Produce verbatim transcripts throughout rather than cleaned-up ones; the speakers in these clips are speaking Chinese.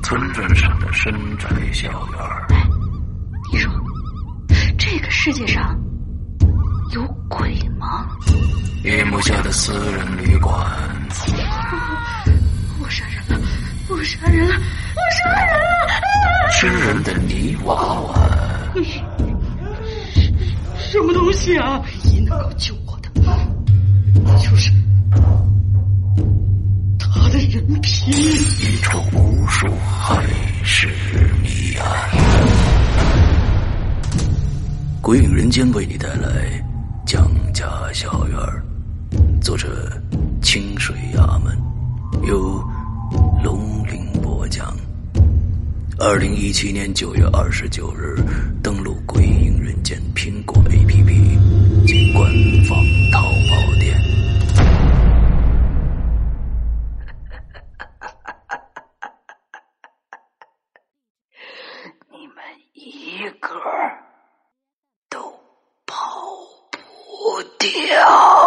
村镇上的深宅小院。 哎，你说这个世界上有鬼吗？ 夜幕下的私人旅馆。 我杀人了，我杀人了，我杀人了！啊、 吃人的泥娃娃。 什么东西啊？唯一能够救我的，就是他的人皮。 一出无数害世谜案。鬼影人间为你带来蒋家小院，作者清水衙门，由龙鳞播讲。二零一七年九月二十九日登录鬼影人间苹果 A P P 及官方淘宝店。 你们一个都跑不掉。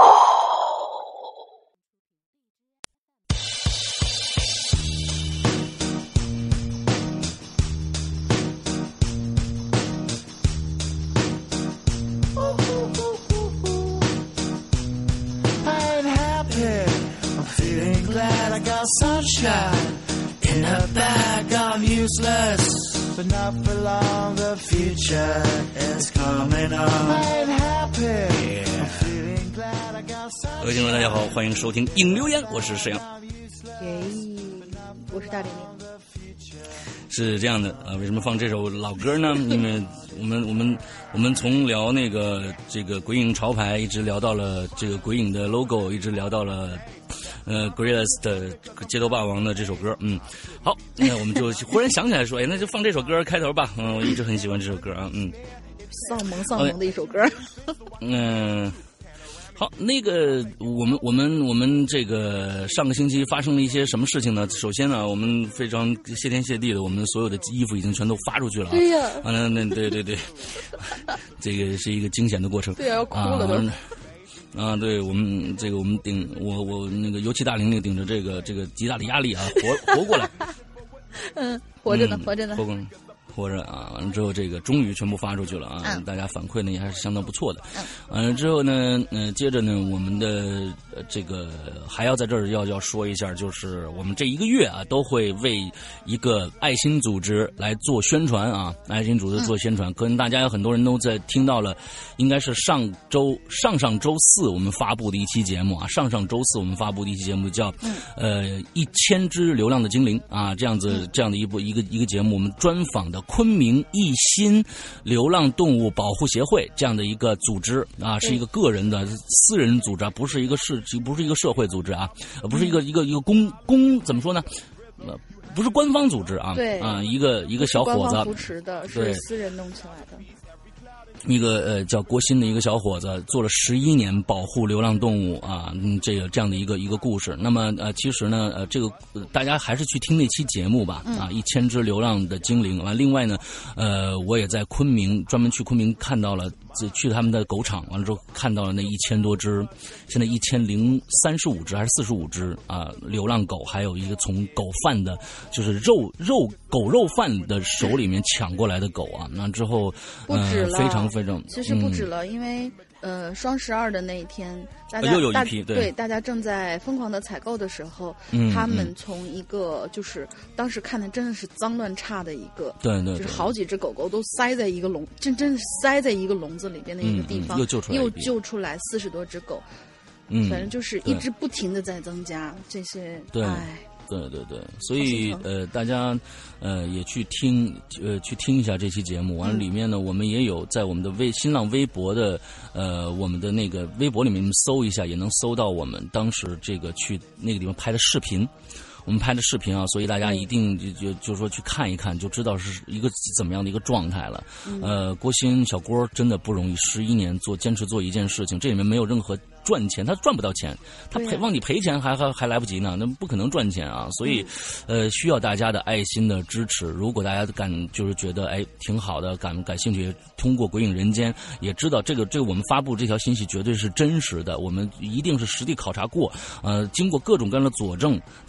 Sunshine in a bag of useless, but not for long. The future is coming on. I'm happy. I'm feeling glad I got sunshine. 各位听众大家好，欢迎收听影留言，我是沈阳。 耶，我是大玲玲。 是这样的啊，为什么放这首老歌呢？因为我们我们我们从聊那个这个鬼影潮牌，一直聊到了这个鬼影的 logo， 一直聊到了呃 Gorillaz 的街头霸王的这首歌。嗯，好，那我们就忽然想起来说，哎，那就放这首歌开头吧。嗯，我一直很喜欢这首歌啊。嗯， 丧萌丧萌的一首歌。 嗯。好，那个我们我们我们这个上个星期发生了一些什么事情呢？首先呢，我们非常谢天谢地的，我们所有的衣服已经全都发出去了啊！ 对呀， 啊，那那对对对，这个是一个惊险的过程。 对呀，要哭了都。 啊，对我们这个我们顶我我那个尤其大玲玲顶着这个这个极大的压力啊，活活过来。 嗯，活着呢，活着呢。 活过来。活着啊，完了之后这个终于全部发出去了啊！ 嗯、 大家反馈呢也还是相当不错的。 嗯， 完了之后呢，呃，接着呢，我们的、呃、这个还要在这儿要要说一下，就是我们这一个月啊，都会为一个爱心组织来做宣传啊，爱心组织做宣传，可能大家有很多人都在听到了，应该是上周上上周四我们发布的一期节目啊，上上周四我们发布的一期节目叫、嗯、呃一千只流浪的精灵啊，这样子这样的一部一个一个节目，我们专访的昆明一心流浪动物保护协会这样的一个组织啊，是一个个人的私人组织啊，不是一个市，不是一个社会组织啊，不是一个一个一个公公怎么说呢？呃，不是官方组织啊， 对啊，一个一个小伙子扶持的，是私人弄起来的。 一个呃叫郭鑫的一个小伙子做了十一年保护流浪动物啊，嗯，这个这样的一个一个故事。那么呃，其实呢，呃，这个、呃、大家还是去听那期节目吧，啊，一千只流浪的精灵。完，另外呢，呃，我也在昆明专门去昆明看到了，去他们的狗场，完了之后看到了那一千多只，现在一千零三十五只还是四十五只啊，流浪狗，还有一个从狗贩的，就是肉肉狗肉贩的手里面抢过来的狗啊。那之后， 不止了， 呃、非常。非常其实不止了，嗯、因为呃双十二的那一天，大家又有一批 对, 对大家正在疯狂的采购的时候， 嗯、 他们从一个就是当时看的真的是脏乱差的一个， 对 对, 对， 就是好几只狗狗都塞在一个笼，真真是塞在一个笼子里边的一个地方， 嗯嗯、又救出来又救出来四十多只狗， 嗯， 反正就是一直不停的在增加这些， 对。 唉对对对，所以呃，大家呃也去听呃去听一下这期节目。完了，里面呢，我们也有在我们的微新浪微博的呃我们的那个微博里面搜一下，也能搜到我们当时这个去那个地方拍的视频。我们拍的视频啊，所以大家一定就就就说去看一看，就知道是一个怎么样的一个状态了。 嗯、 呃，郭鑫小郭真的不容易，十一年做坚持做一件事情，这里面没有任何赚钱，他赚不到钱，他赔往你赔钱还还还来不及呢，那不可能赚钱啊。所以，呃，需要大家的爱心的支持。如果大家感就是觉得哎挺好的，感感兴趣，通过《鬼影人间》也知道这个这个我们发布这条信息绝对是真实的，我们一定是实地考察过，呃，经过各种各样的佐证才给大家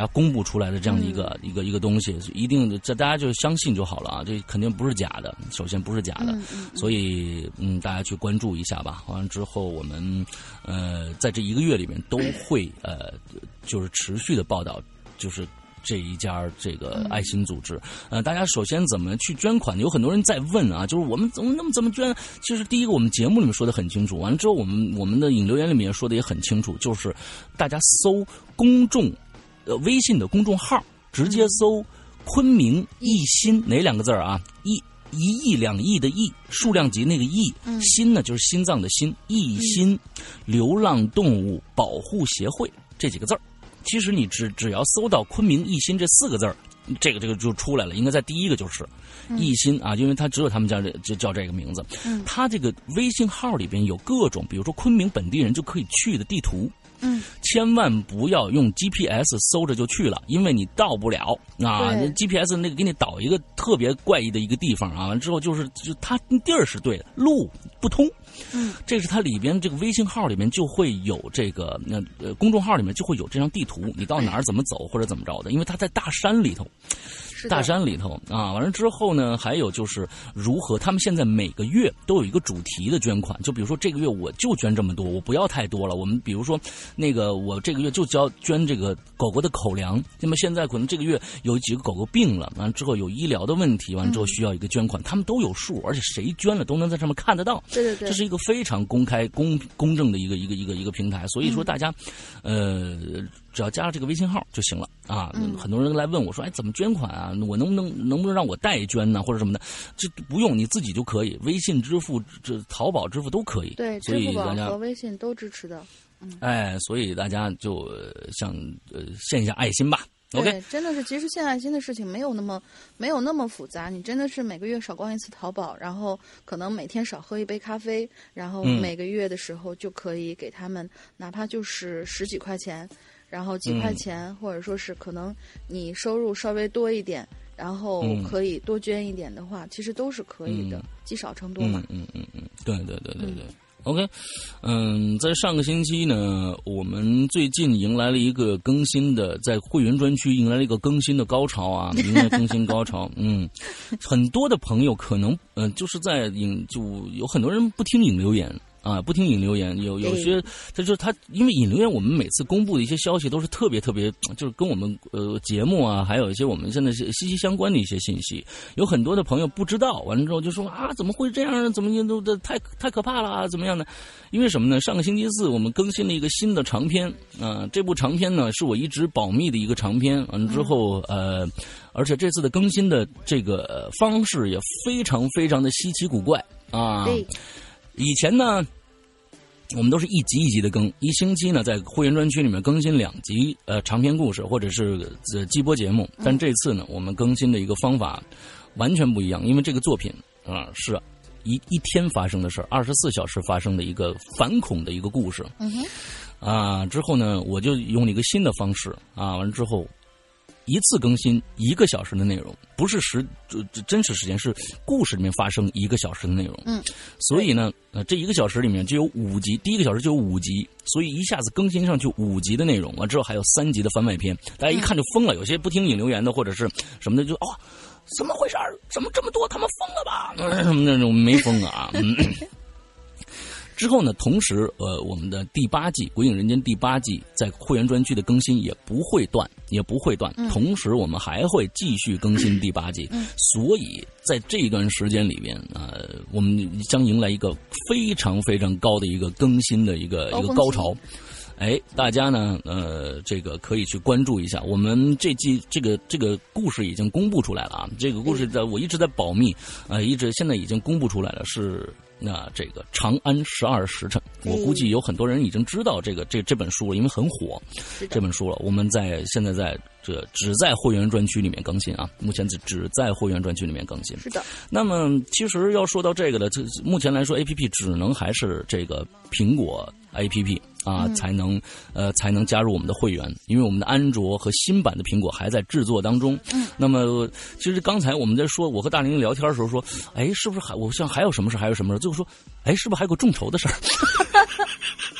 家公布出来的这样的一个、嗯、一个一个东西，一定这大家就相信就好了啊，这肯定不是假的，首先不是假的， 嗯嗯嗯、 所以嗯大家去关注一下吧。完了之后我们呃在这一个月里面都会呃就是持续的报道，就是这一家这个爱心组织，呃，大家首先怎么去捐款？有很多人在问啊，就是我们怎么那么怎么捐？其实第一个，我们节目里面说的很清楚，完了之后，我们我们的引流言里面说的也很清楚，就是大家搜公众呃微信的公众号，直接搜“昆明一心”哪两个字啊？一一亿两亿的亿，数量级那个亿， 嗯、 心呢就是心脏的心，一心、嗯、流浪动物保护协会这几个字儿。其实你只只要搜到昆明一心这四个字儿，这个这个就出来了，应该在第一个就是一心啊，因为它只有他们家就叫这个名字。 嗯， 它这个微信号里边有各种，比如说昆明本地人就可以去的地图。 嗯， 千万不要用 G P S 搜着就去了，因为你到不了啊。G P S 那个给你导一个特别怪异的一个地方啊，完之后就是就它地儿是对的，路不通。 嗯， 这是它里边这个微信号里面就会有这个那呃公众号里面就会有这张地图，你到哪儿怎么走或者怎么着的，因为它在大山里头。大山里头啊，完了之后呢，还有就是如何他们现在每个月都有一个主题的捐款，就比如说这个月我就捐这么多，我不要太多了。我们比如说那个我这个月就交捐这个狗狗的口粮，那么现在可能这个月有几个狗狗病了，完了之后有医疗的问题，完了之后需要一个捐款，嗯、他们都有数，而且谁捐了都能在上面看得到。 对对对， 这是一个非常公开、公公正的一个一个一个一个平台，所以说大家，嗯、呃。只要加了这个微信号就行了啊！ 嗯、 很多人来问我说：“哎，怎么捐款啊？我能不能能不能让我代捐呢，或者什么的？这不用，你自己就可以，微信支付、这淘宝支付都可以。 对， 所以支付大家宝和微信都支持的。嗯， 哎，所以大家就像呃献一下爱心吧。 对 OK， 真的是，其实献爱心的事情没有那么没有那么复杂，你真的是每个月少逛一次淘宝，然后可能每天少喝一杯咖啡，然后每个月的时候就可以给他们，哪怕就是十几块钱。然后几块钱、嗯，或者说是可能你收入稍微多一点，然后可以多捐一点的话，嗯、其实都是可以的，积、嗯、少成多嘛。 嗯嗯嗯嗯，对对对对对。嗯、OK， 嗯，在上个星期呢，我们最近迎来了一个更新的，在会员专区迎来了一个更新的高潮啊，迎来更新高潮。嗯，很多的朋友可能，嗯、呃，就是在引，就有很多人不听引流言。啊，不听引流言，有有些，他就他，因为引流言，我们每次公布的一些消息都是特别特别，就是跟我们呃节目啊，还有一些我们现在息息相关的一些信息，有很多的朋友不知道，完了之后就说啊，怎么会这样？怎么都都太太可怕了啊？怎么样的？因为什么呢？上个星期四我们更新了一个新的长篇啊、呃，这部长篇呢是我一直保密的一个长篇，完了之后呃，而且这次的更新的这个方式也非常非常的稀奇古怪啊。以前呢，我们都是一集一集的更，一星期呢在会员专区里面更新两集呃长篇故事或者是呃季播节目，但这次呢我们更新的一个方法完全不一样，因为这个作品啊、呃、是一一天发生的事儿，二十四小时发生的一个反恐的一个故事。 嗯哼， 啊之后呢我就用了一个新的方式啊，完了之后。一次更新一个小时的内容，不是实真实时间，是故事里面发生一个小时的内容。 嗯， 所以呢，呃，这一个小时里面就有五集，第一个小时就有五集，所以一下子更新上去五集的内容啊，之后还有三集的番外篇，大家一看就疯了。有些不听引流言的或者是什么的就哦，怎么回事？怎么这么多？他们疯了吧？什么那种没疯啊？嗯。之后呢，同时，呃，我们的第八季《鬼影人间》第八季在会员专区的更新也不会断，也不会断。 嗯、 同时，我们还会继续更新第八季。 嗯、 所以在这一段时间里边，呃，我们将迎来一个非常非常高的一个更新的一个一个高潮。哎，大家呢，呃，这个可以去关注一下。我们这季这个这个故事已经公布出来了啊，这个故事在我一直在保密，呃，一直现在已经公布出来了，是那这个《长安十二时辰》。我估计有很多人已经知道这个这这本书了，因为很火，这本书了。我们在现在在这只在会员专区里面更新啊，目前只只在会员专区里面更新。 是的。 那么其实要说到这个的，这目前来说 A P P 只能还是这个苹果 A P P。啊， 嗯、 才能呃才能加入我们的会员，因为我们的安卓和新版的苹果还在制作当中。 嗯， 那么其实刚才我们在说，我和大玲聊天的时候说，哎，是不是还我像还有什么事，还有什么事？最后说，哎，是不是还有个众筹的事儿？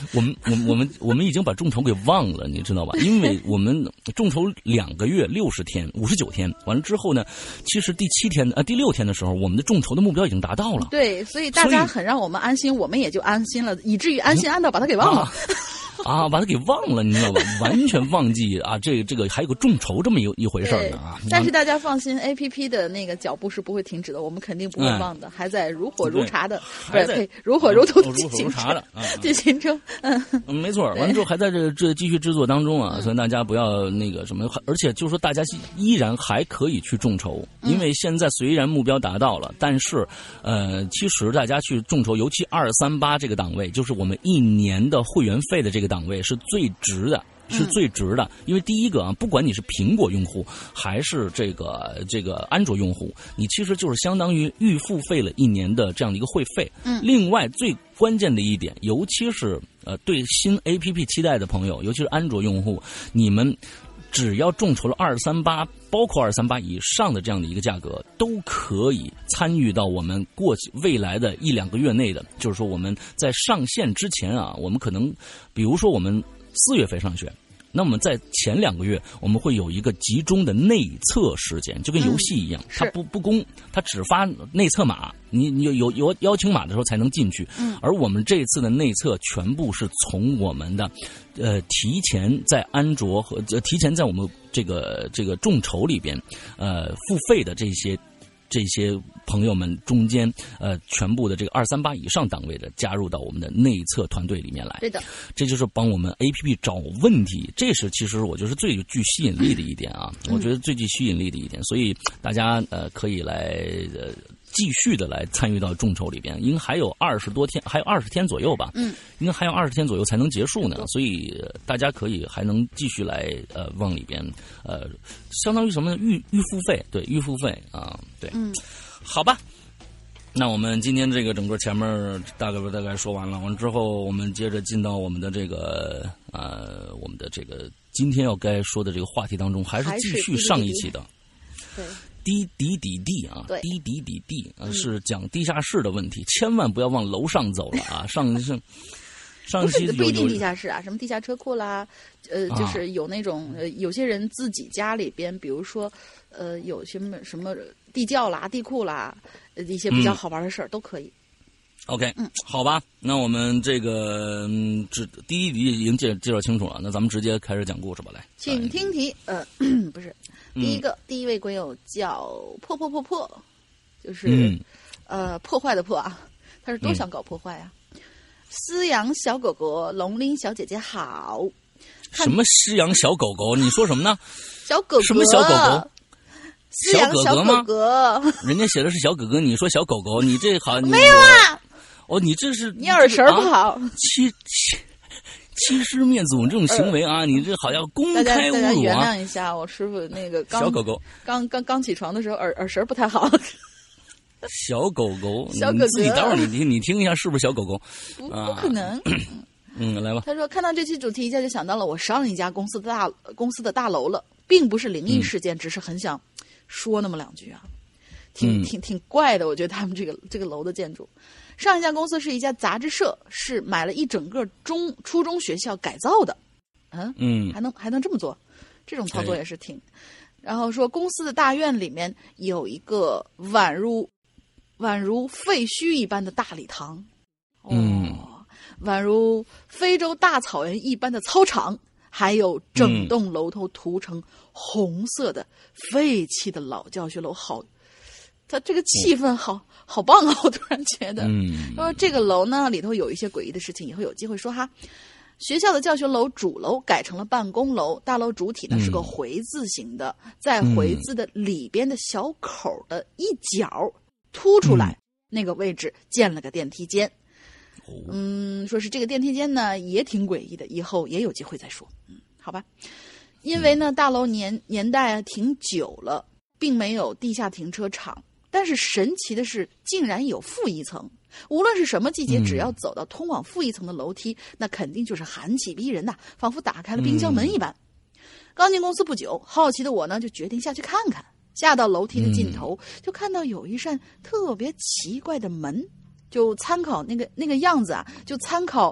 我们我们我们我们已经把众筹给忘了，你知道吧？因为我们众筹两个月六十天五十九天，完了之后呢，其实第七天呃第六天的时候，我们的众筹的目标已经达到了。 对，所以大家很让我们安心，我们也就安心了，以至于安心安到把它给忘了。啊啊，把它给忘了，你知道吧？完全忘记啊，这个这个还有个众筹这么一一回事呢啊！ 但是大家放心 ，A P P 的那个脚步是不会停止的，我们肯定不会忘的，嗯、还在如火如茶的， 还在如火如荼的进行茶的啊， 进行中。嗯， 没错。完了之后还在这这继续制作当中啊，所以大家不要那个什么，而且就是说大家依然还可以去众筹，因为现在虽然目标达到了，但是呃，其实大家去众筹，尤其二三八这个档位，就是我们一年的会员费的这个档位是最值的，是最值的。因为第一个啊，不管你是苹果用户还是这个这个安卓用户，你其实就是相当于预付费了一年的这样的一个会费。 嗯。 另外最关键的一点，尤其是呃对新 A P P 期待的朋友，尤其是安卓用户，你们只要众筹了二三八，包括二三八以上的这样的一个价格，都可以参与到我们过去未来的一两个月内的，就是说我们在上线之前啊，我们可能，比如说我们四月份上线，那么在前两个月我们会有一个集中的内测时间，就跟游戏一样，嗯、它不不公，它只发内测码，你你有有有邀请码的时候才能进去。 嗯， 而我们这次的内测全部是从我们的。呃，提前在安卓和呃提前在我们这个这个众筹里边，呃，付费的这些这些朋友们中间，呃，全部的这个二三八以上档位的加入到我们的内测团队里面来。 对的， 这就是帮我们 A P P 找问题，这是其实我觉得最具吸引力的一点啊， 嗯、 我觉得最具吸引力的一点，所以大家呃可以来呃。继续的来参与到众筹里边，应该还有二十多天，还有二十天左右吧。 嗯， 应该还有二十天左右才能结束呢，所以、呃、大家可以还能继续来呃往里边呃，相当于什么呢？预预付费，对，预付费啊，对， 嗯， 好吧。那我们今天这个整个前面大概大概说完了，完之后我们接着进到我们的这个呃我们的这个今天要该说的这个话题当中，还是继续上一期的。 对。 滴滴滴滴啊，滴滴滴滴啊，是讲地下室的问题，千万不要往楼上走了啊！上上上期不一定地下室啊，什么地下车库啦，呃，就是有那种、啊、呃，有些人自己家里边，比如说呃，有什么什么地窖啦、地库啦，呃，一些比较好玩的事儿、嗯、都可以。 OK， 嗯， 好吧，那我们这个这第一题已经介介绍清楚了，那咱们直接开始讲故事吧，来， 请听题。呃，不是，第一个、嗯、第一位鬼友叫破破破破，就是、嗯、呃破坏的破啊，他是多想搞破坏啊。嗯、思阳小狗狗，龙鳞小姐姐好。 什么思阳小狗狗？你说什么呢？ 小狗狗？ 什么小狗狗？ 小哥哥吗？ 哥哥人家写的是小哥哥，你说小狗狗，你这好没有啊？ 哦，你这是你耳神不好， 啊、欺欺欺师灭祖这种行为啊！呃、你这好像公开侮辱啊！ 大家原谅一下，我师傅那个刚小狗狗刚刚刚起床的时候耳耳神不太好。 小狗狗， 小狗狗， 你自己待会儿你听你听一下是不是小狗狗？ 不不可能。啊、 嗯，来吧。 他说看到这期主题一下就想到了我上一家公司的大公司的大楼了，并不是灵异事件，嗯、只是很想说那么两句啊，挺挺挺怪的。我觉得他们这个这个楼的建筑。上一家公司是一家杂志社，是买了一整个中初中学校改造的，嗯嗯， 还能还能这么做，这种操作也是挺。然后说公司的大院里面有一个宛如宛如废墟一般的大礼堂，哦、 嗯， 宛如非洲大草原一般的操场，还有整栋楼头涂成红色的废弃的老教学楼，好。它这个气氛好、嗯、好棒啊！我突然觉得， 嗯， 说这个楼呢里头有一些诡异的事情，以后有机会说哈。学校的教学楼主楼改成了办公楼，大楼主体呢是个回字形的，嗯、在回字的里边的小口的一角凸出来，嗯、那个位置建了个电梯间。嗯，说是这个电梯间呢也挺诡异的，以后也有机会再说。嗯，好吧，因为呢大楼年年代挺久了，并没有地下停车场。但是神奇的是，竟然有负一层。无论是什么季节，只要走到通往负一层的楼梯，嗯、那肯定就是寒气逼人呐，仿佛打开了冰箱门一般。嗯、刚进公司不久，好奇的我呢，就决定下去看看。下到楼梯的尽头，嗯、就看到有一扇特别奇怪的门，就参考那个那个样子啊，就参考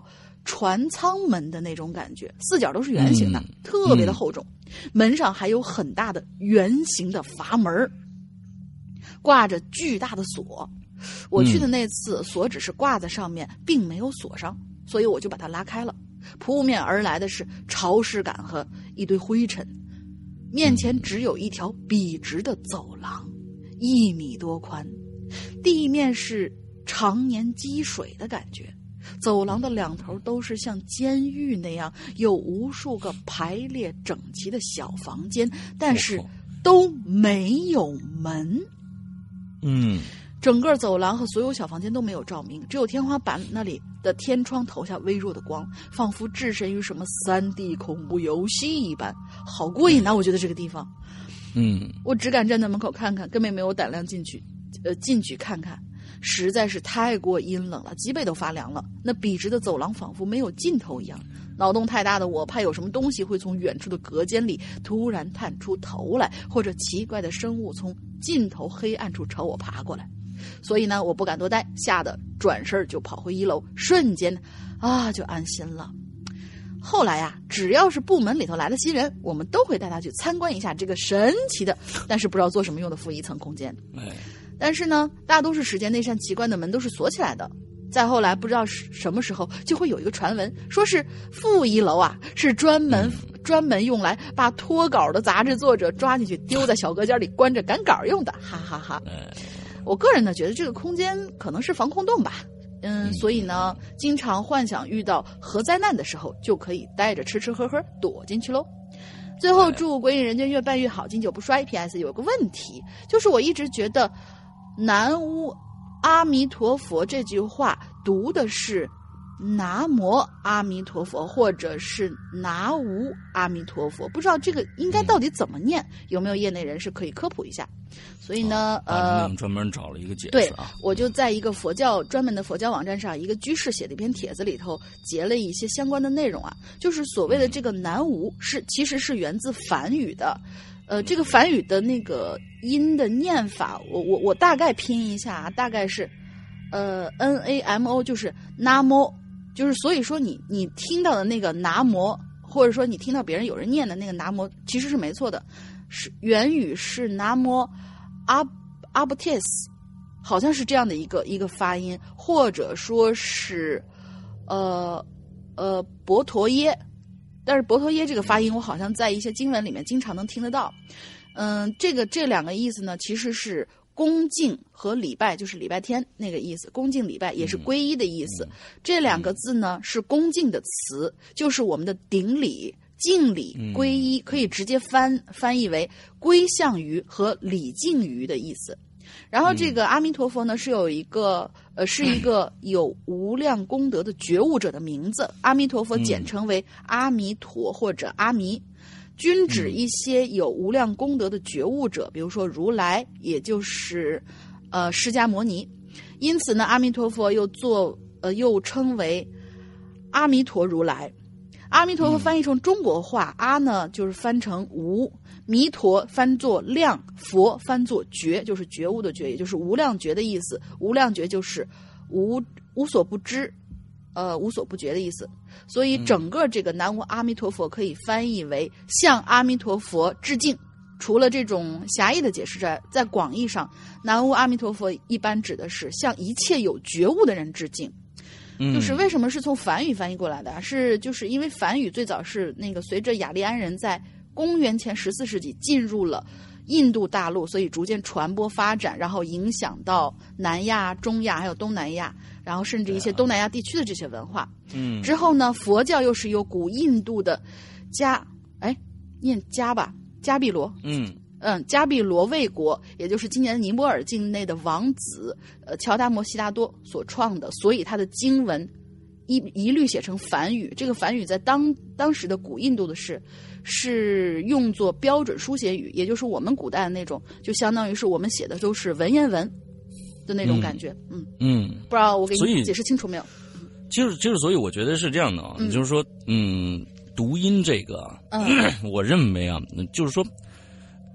船舱门的那种感觉，四角都是圆形的， 嗯、 特别的厚重、嗯。门上还有很大的圆形的阀门，挂着巨大的锁。我去的那次，锁只是挂在上面，并没有锁上，所以我就把它拉开了。扑面而来的是潮湿感和一堆灰尘。面前只有一条笔直的走廊，一米多宽，地面是常年积水的感觉。走廊的两头都是像监狱那样有无数个排列整齐的小房间，但是都没有门。 嗯， 整个走廊和所有小房间都没有照明，只有天花板那里的天窗投下微弱的光，仿佛置身于什么 三 D 恐怖游戏一般，好过瘾啊！我觉得这个地方， 嗯， 我只敢站在门口看看，根本没有胆量进去，呃，进去看看，实在是太过阴冷了，脊背都发凉了。那笔直的走廊仿佛没有尽头一样，脑洞太大的我怕有什么东西会从远处的隔间里突然探出头来，或者奇怪的生物从尽头黑暗处朝我爬过来。所以呢，我不敢多待，吓得转身就跑回一楼，瞬间啊就安心了。后来呀、啊，只要是部门里头来了新人，我们都会带他去参观一下这个神奇的，但是不知道做什么用的负一层空间。但是呢，大多数时间那扇奇怪的门都是锁起来的。再后来，不知道什么时候就会有一个传闻，说是负一楼啊，是专门、嗯、专门用来把脱稿的杂志作者抓进去丢在小隔间里关着赶稿用的，哈哈哈。我个人呢觉得这个空间可能是防空洞吧，嗯，所以呢，经常幻想遇到核灾难的时候，就可以带着吃吃喝喝躲进去喽。最后祝鬼影人间越办越好，经久不衰。P S 有个问题，就是我一直觉得南无阿弥陀佛这句话读的是南无阿弥陀佛，或者是南无阿弥陀佛，不知道这个应该到底怎么念，有没有业内人士可以科普一下？所以呢，哦、 呃，专门找了一个解释、啊， 对，我就在一个佛教专门的佛教网站上，一个居士写的一篇帖子里头截了一些相关的内容啊，就是所谓的这个南无是其实是源自梵语的，呃，这个梵语的那个音的念法，我我我大概拼一下啊，大概是呃 N A M O， 就是南无，就是所以说你你听到的那个南无，或者说你听到别人有人念的那个南无，其实是没错的。是原语是南无阿阿布提斯，好像是这样的一个一个发音，或者说是呃呃博陀耶，但是博陀耶这个发音我好像在一些经文里面经常能听得到。嗯，这个这两个意思呢，其实是恭敬和礼拜，就是礼拜天那个意思，恭敬礼拜也是皈依的意思。嗯、这两个字呢是恭敬的词，就是我们的顶礼。敬礼皈依可以直接翻翻译为归向于和礼敬于的意思。然后这个阿弥陀佛呢是有一个呃是一个有无量功德的觉悟者的名字，阿弥陀佛简称为阿弥陀或者阿弥，均指一些有无量功德的觉悟者，比如说如来，也就是呃释迦牟尼。因此呢，阿弥陀佛又做呃又称为阿弥陀如来。阿弥陀佛翻译成中国话，嗯、阿呢就是翻成无，弥陀翻作量，佛翻作觉，就是觉悟的觉，也就是无量觉的意思。无量觉就是无无所不知，呃无所不觉的意思。所以整个这个南无阿弥陀佛可以翻译为向阿弥陀佛致敬。除了这种狭义的解释之外，在广义上，南无阿弥陀佛一般指的是向一切有觉悟的人致敬。就是为什么是从梵语翻译过来的？是就是因为梵语最早是那个随着雅利安人在公元前十四世纪进入了印度大陆，所以逐渐传播发展，然后影响到南亚、中亚还有东南亚，然后甚至一些东南亚地区的这些文化。嗯，之后呢，佛教又是由古印度的迦，哎，念迦吧，迦毗罗。嗯。嗯，迦毗罗卫国，也就是今年尼泊尔境内的王子，呃，乔达摩悉达多所创的，所以他的经文一一律写成梵语。这个梵语在当当时的古印度的是是用作标准书写语，也就是我们古代的那种，就相当于是我们写的都是文言文的那种感觉。嗯嗯，不知道我给你解释清楚没有？ 就是就是，所以我觉得是这样的啊，嗯、就是说，嗯，读音这个，嗯，我认为啊，就是说。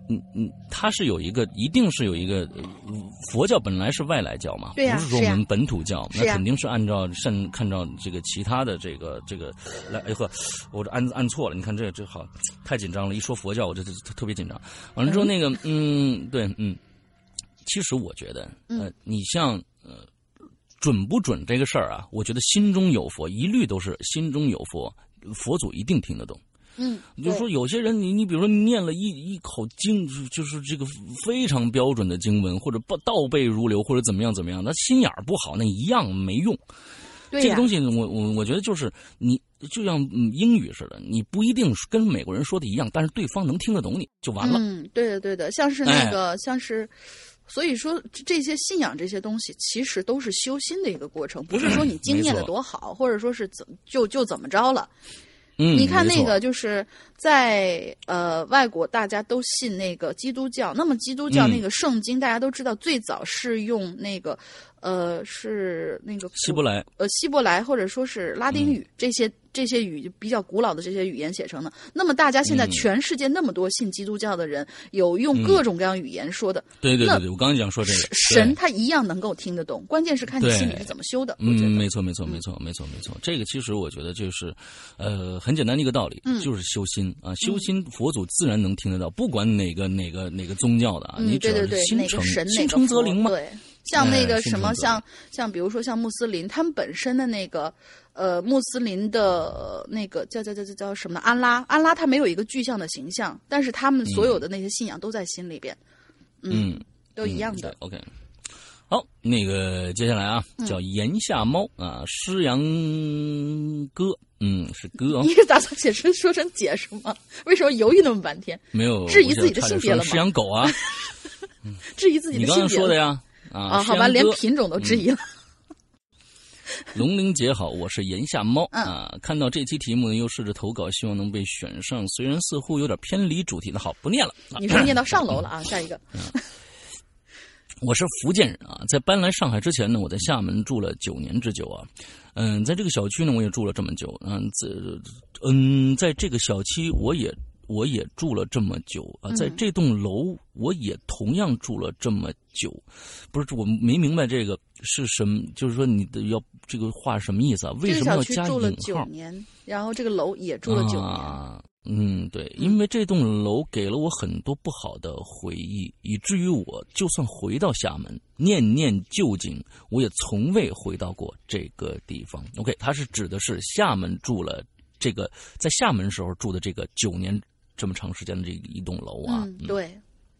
嗯嗯，它是有一个，一定是有一个，佛教本来是外来教嘛， 对呀、啊， 不是说我们本土教， 那肯定是按照按看照这个其他的这个这个来。哎呵，我这按按错了，你看这这好太紧张了，一说佛教我就特别紧张。完了之后那个嗯对嗯，其实我觉得呃你像呃准不准这个事儿啊，我觉得心中有佛，一律都是心中有佛，佛祖一定听得懂。 嗯， 就是说有些人你你比如说你念了一一口经，就是这个非常标准的经文，或者倒背如流，或者怎么样怎么样，那心眼儿不好，那一样没用。 对这个东西我我我觉得就是你就像英语似的，你不一定跟美国人说的一样，但是对方能听得懂你就完了。 嗯，对的对的，像是那个、 哎、 像是。所以说，这些信仰这些东西，其实都是修心的一个过程，不是说你经验的多好，或者说是怎就就怎么着了。 嗯， 你看那个就是在呃外国，大家都信那个基督教，那么基督教那个圣经，大家都知道最早是用那个呃是那个希伯来呃希伯来或者说是拉丁语、 嗯、 这些。这些语比较古老的这些语言写成的，那么大家现在全世界那么多信基督教的人，嗯、有用各种各样语言说的。 对对对对，我刚才讲说这个神他一样能够听得懂，关键是看你心里是怎么修的。 嗯，没错没错没错没错没错，这个其实我觉得就是，呃，很简单的一个道理， 嗯、 就是修心啊，修心佛祖自然能听得到，不管哪个哪个哪个宗教的啊， 嗯、 你只要是心诚心诚则灵嘛。 对。像那个什么， 哎、 像像比如说像穆斯林，他们本身的那个呃穆斯林的那个叫叫叫叫叫什么安拉，安拉他没有一个具象的形象，但是他们所有的那些信仰都在心里边，嗯，嗯都一样的。 嗯、OK， 好，那个接下来啊，叫岩下猫、嗯、啊，诗阳哥，嗯，是哥、哦。 你是打算写成说成解释吗？为什么犹豫那么半天？ 没有质疑自己的性别了吗？ 诗阳狗啊， 质疑自己的性别。 你刚刚说的呀。啊, 啊，好吧，连品种都质疑了。 龙玲姐好，我是岩下猫、 嗯、 啊。看到这期题目呢，又试着投稿，希望能被选上。虽然似乎有点偏离主题，那好，不念了。 你是念到上楼了啊？下一个。 嗯、我是福建人啊，在搬来上海之前呢，我在厦门住了九年之久啊。嗯，在这个小区呢，我也住了这么久。嗯，在嗯，在这个小区我也。我也住了这么久啊，在这栋楼我也同样住了这么久，不是我没明白这个是什么，就是说你的要这个话什么意思啊？为什么要加引号？ 这个小区住了九年，然后这个楼也住了九年。 啊、嗯，对，因为这栋楼给了我很多不好的回忆，以至于我就算回到厦门，念念旧景，我也从未回到过这个地方。OK， 它是指的是厦门住了这个在厦门时候住的这个九年。这么长时间的这一栋楼啊， 嗯，对，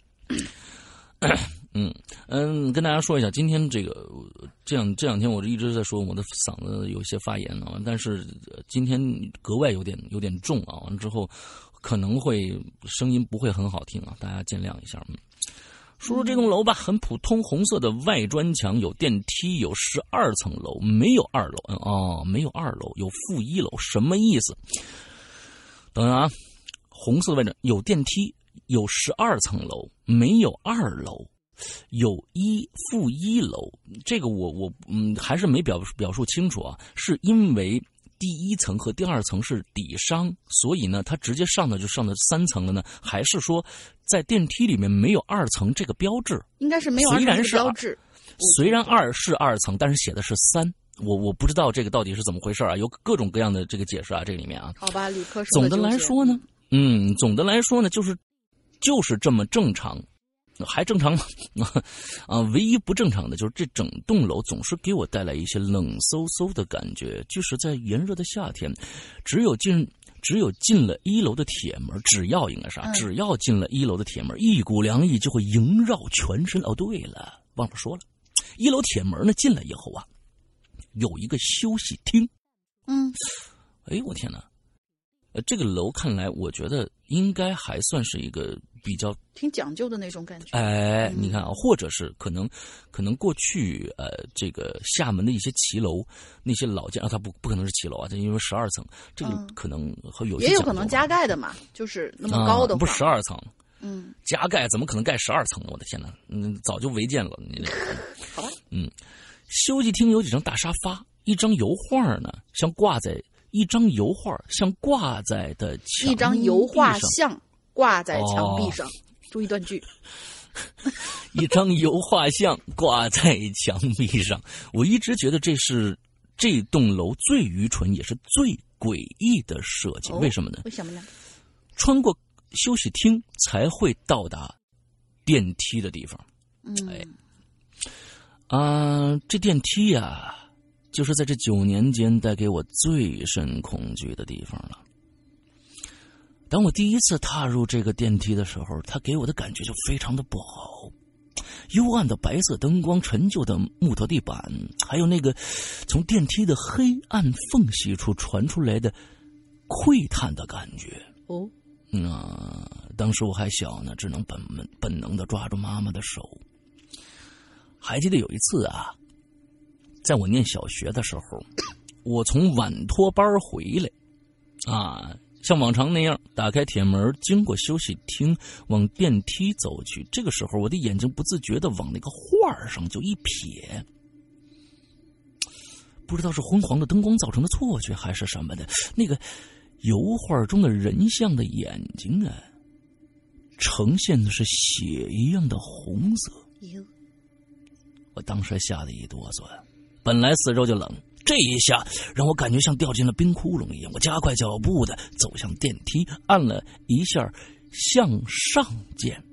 嗯嗯，跟大家说一下，今天这个这样这两天我一直在说我的嗓子有些发炎啊，但是今天格外有点有点重啊，完了之后可能会声音不会很好听啊，大家见谅一下。嗯，说说这栋楼吧，很普通，红色的外砖墙，有电梯，有十二层楼，没有二楼。嗯哦，没有二楼，有负一楼，什么意思？等等啊。红色的外砖有电梯，有十二层楼，没有二楼，有一负一楼。这个我我嗯还是没表表述清楚啊，是因为第一层和第二层是底商，所以呢，它直接上的就上的三层了呢？还是说在电梯里面没有二层这个标志？ 应该是没有二层这个标志。 虽然二是二层，但是写的是三。我我不知道这个到底是怎么回事啊，有各种各样的这个解释啊，这里面啊。 好吧，理科生。 总的来说呢。嗯，总的来说呢，就是就是这么正常，还正常吗？啊，唯一不正常的就是这整栋楼总是给我带来一些冷飕飕的感觉，就是在炎热的夏天，只有进只有进了一楼的铁门，只要应该是啊， 嗯、 只要进了一楼的铁门，一股凉意就会萦绕全身。哦，对了，忘了说了，一楼铁门呢进来以后啊，有一个休息厅。 嗯， 哎，我天哪！呃，这个楼看来，我觉得应该还算是一个比较挺讲究的那种感觉。 哎，嗯、你看啊，或者是可能，可能过去呃，这个厦门的一些骑楼，那些老建啊，它不不可能是骑楼啊，它因为十二层，这个可能和有些、 嗯、也有可能加盖的嘛，就是那么高的话， 啊、不是十二层， 嗯， 加盖怎么可能盖十二层呢？我的天哪，嗯，早就违建了。 好吧， 嗯，休息厅有几张大沙发，一张油画呢，像挂在。一张油画像挂在的墙壁上， 一张油画像挂在墙壁上。 注意断句。 一张油画像挂在墙壁上，我一直觉得这是这栋楼最愚蠢也是最诡异的设计。 哦、 为什么呢？ 为什么呢？ 穿过休息厅才会到达电梯的地方。 嗯， 哎，啊，这电梯呀、啊，就是在这九年间带给我最深恐惧的地方了。当我第一次踏入这个电梯的时候，它给我的感觉就非常的不好。幽暗的白色灯光，陈旧的木头地板，还有那个从电梯的黑暗缝隙处传出来的窥探的感觉。 哦， 嗯、啊，当时我还小呢，只能本本能的抓住妈妈的手。还记得有一次啊，在我念小学的时候，我从晚托班回来，啊。像往常那样打开铁门，经过休息厅往电梯走去。这个时候我的眼睛不自觉地往那个画上就一瞥，不知道是昏黄的灯光造成的错觉还是什么的，那个油画中的人像的眼睛啊，呈现的是血一样的红色。我当时吓得一哆嗦，本来四周就冷，这一下让我感觉像掉进了冰窟窿一样。我加快脚步的走向电梯，按了一下向上键。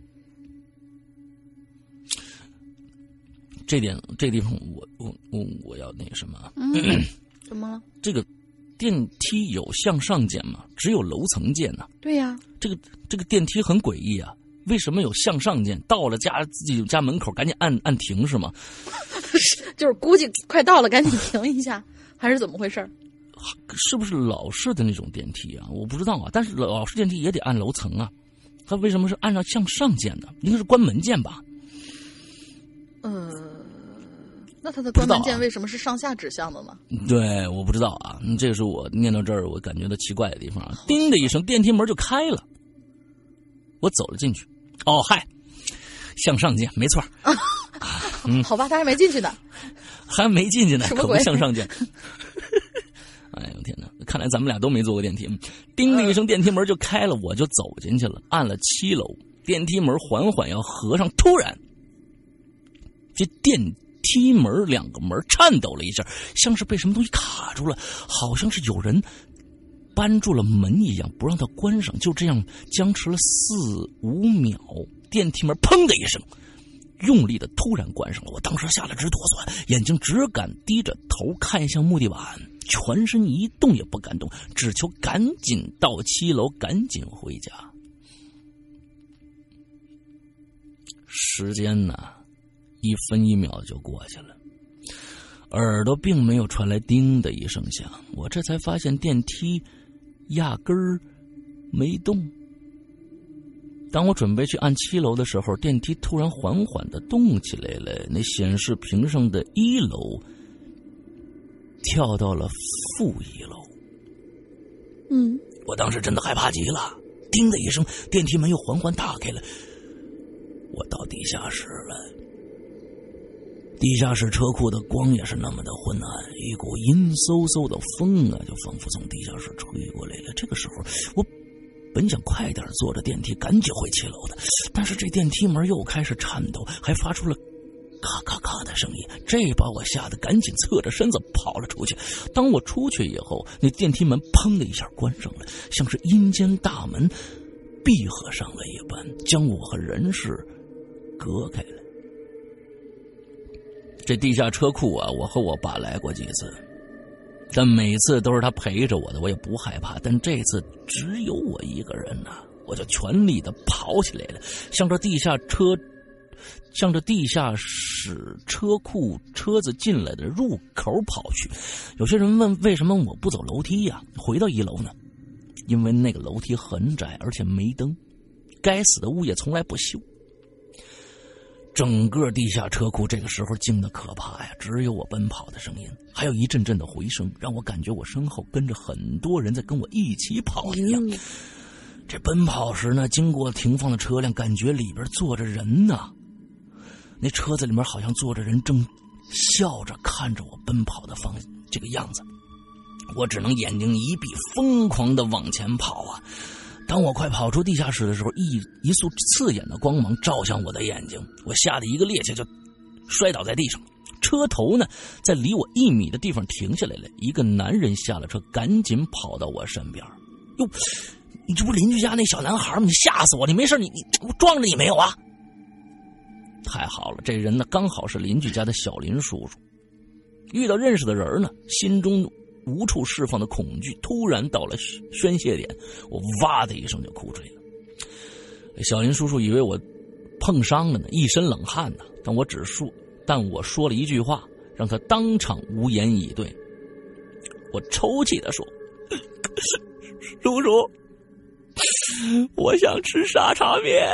这点这地方我我我我要那什么？ 嗯，怎么了？ 这个电梯有向上键吗？只有楼层键呢、啊。 对呀、啊， 这个这个电梯很诡异啊。为什么有向上键？到了家自己家门口赶紧按按停是吗？ 就是估计快到了，赶紧停一下，还是怎么回事？ 是不是老式的那种电梯啊？我不知道啊。但是老式电梯也得按楼层啊，它为什么是按照向上键的？应该是关门键吧？ 呃，那它的关门键为什么是上下指向的呢？ 对，我不知道啊。这个是我念到这儿我感觉到奇怪的地方啊。叮的一声，电梯门就开了，我走了进去。哦，嗨，向上键，没错。 啊嗯，好吧，他还没进去呢， 还没进去呢， 什么鬼？ 可不向上键。哎呦天哪！看来咱们俩都没坐过电梯。叮的一声，电梯门就开了，我就走进去了，按了七楼，电梯门缓缓要合上，突然，这电梯门两个门颤抖了一下，像是被什么东西卡住了，好像是有人扳住了门一样，不让它关上。就这样僵持了四五秒，电梯门砰的一声用力的突然关上了。我当时吓得直哆嗦，眼睛只敢低着头看向木地板，全身一动也不敢动，只求赶紧到七楼，赶紧回家。时间呢，一分一秒就过去了，耳朵并没有传来叮的一声响，我这才发现电梯压根儿没动。当我准备去按七楼的时候，电梯突然缓缓地动起来了，那显示屏上的一楼跳到了负一楼。 嗯， 我当时真的害怕极了，叮的一声，电梯门又缓缓打开了，我到地下室了。地下室车库的光也是那么的昏暗，一股阴飕飕的风啊，就仿佛从地下室吹过来了。这个时候，我本想快点坐着电梯赶紧回七楼的，但是这电梯门又开始颤抖，还发出了咔咔咔的声音，这把我吓得赶紧侧着身子跑了出去。当我出去以后，那电梯门砰的一下关上了，像是阴间大门闭合上了一般，将我和人世隔开了。这地下车库啊，我和我爸来过几次，但每次都是他陪着我的，我也不害怕。但这次只有我一个人啊，我就全力的跑起来了，向着地下车向着地下室车库车子进来的入口跑去。有些人问为什么我不走楼梯呀、啊，回到一楼呢？因为那个楼梯很窄，而且没灯，该死的物业从来不修。整个地下车库这个时候静得可怕呀，只有我奔跑的声音，还有一阵阵的回声，让我感觉我身后跟着很多人在跟我一起跑一样。这奔跑时呢，经过停放的车辆，感觉里边坐着人呢。那车子里面好像坐着人，正笑着看着我奔跑的方这个样子。我只能眼睛一闭，疯狂的往前跑啊！ 当我快跑出地下室的时候，一一束刺眼的光芒照向我的眼睛，我吓得一个趔趄就摔倒在地上。车头呢，在离我一米的地方停下来了，一个男人下了车，赶紧跑到我身边。哟，你这不邻居家那小男孩吗？你吓死我！你没事，你你我撞着你没有啊？太好了，这人呢刚好是邻居家的小林叔叔。遇到认识的人呢，心中无处释放的恐惧突然到了宣泄点，我哇的一声就哭出来了。小林叔叔以为我碰伤了呢，一身冷汗呢，但我只说，但我说了一句话，让他当场无言以对。我抽泣地说：“叔叔，我想吃沙茶面。”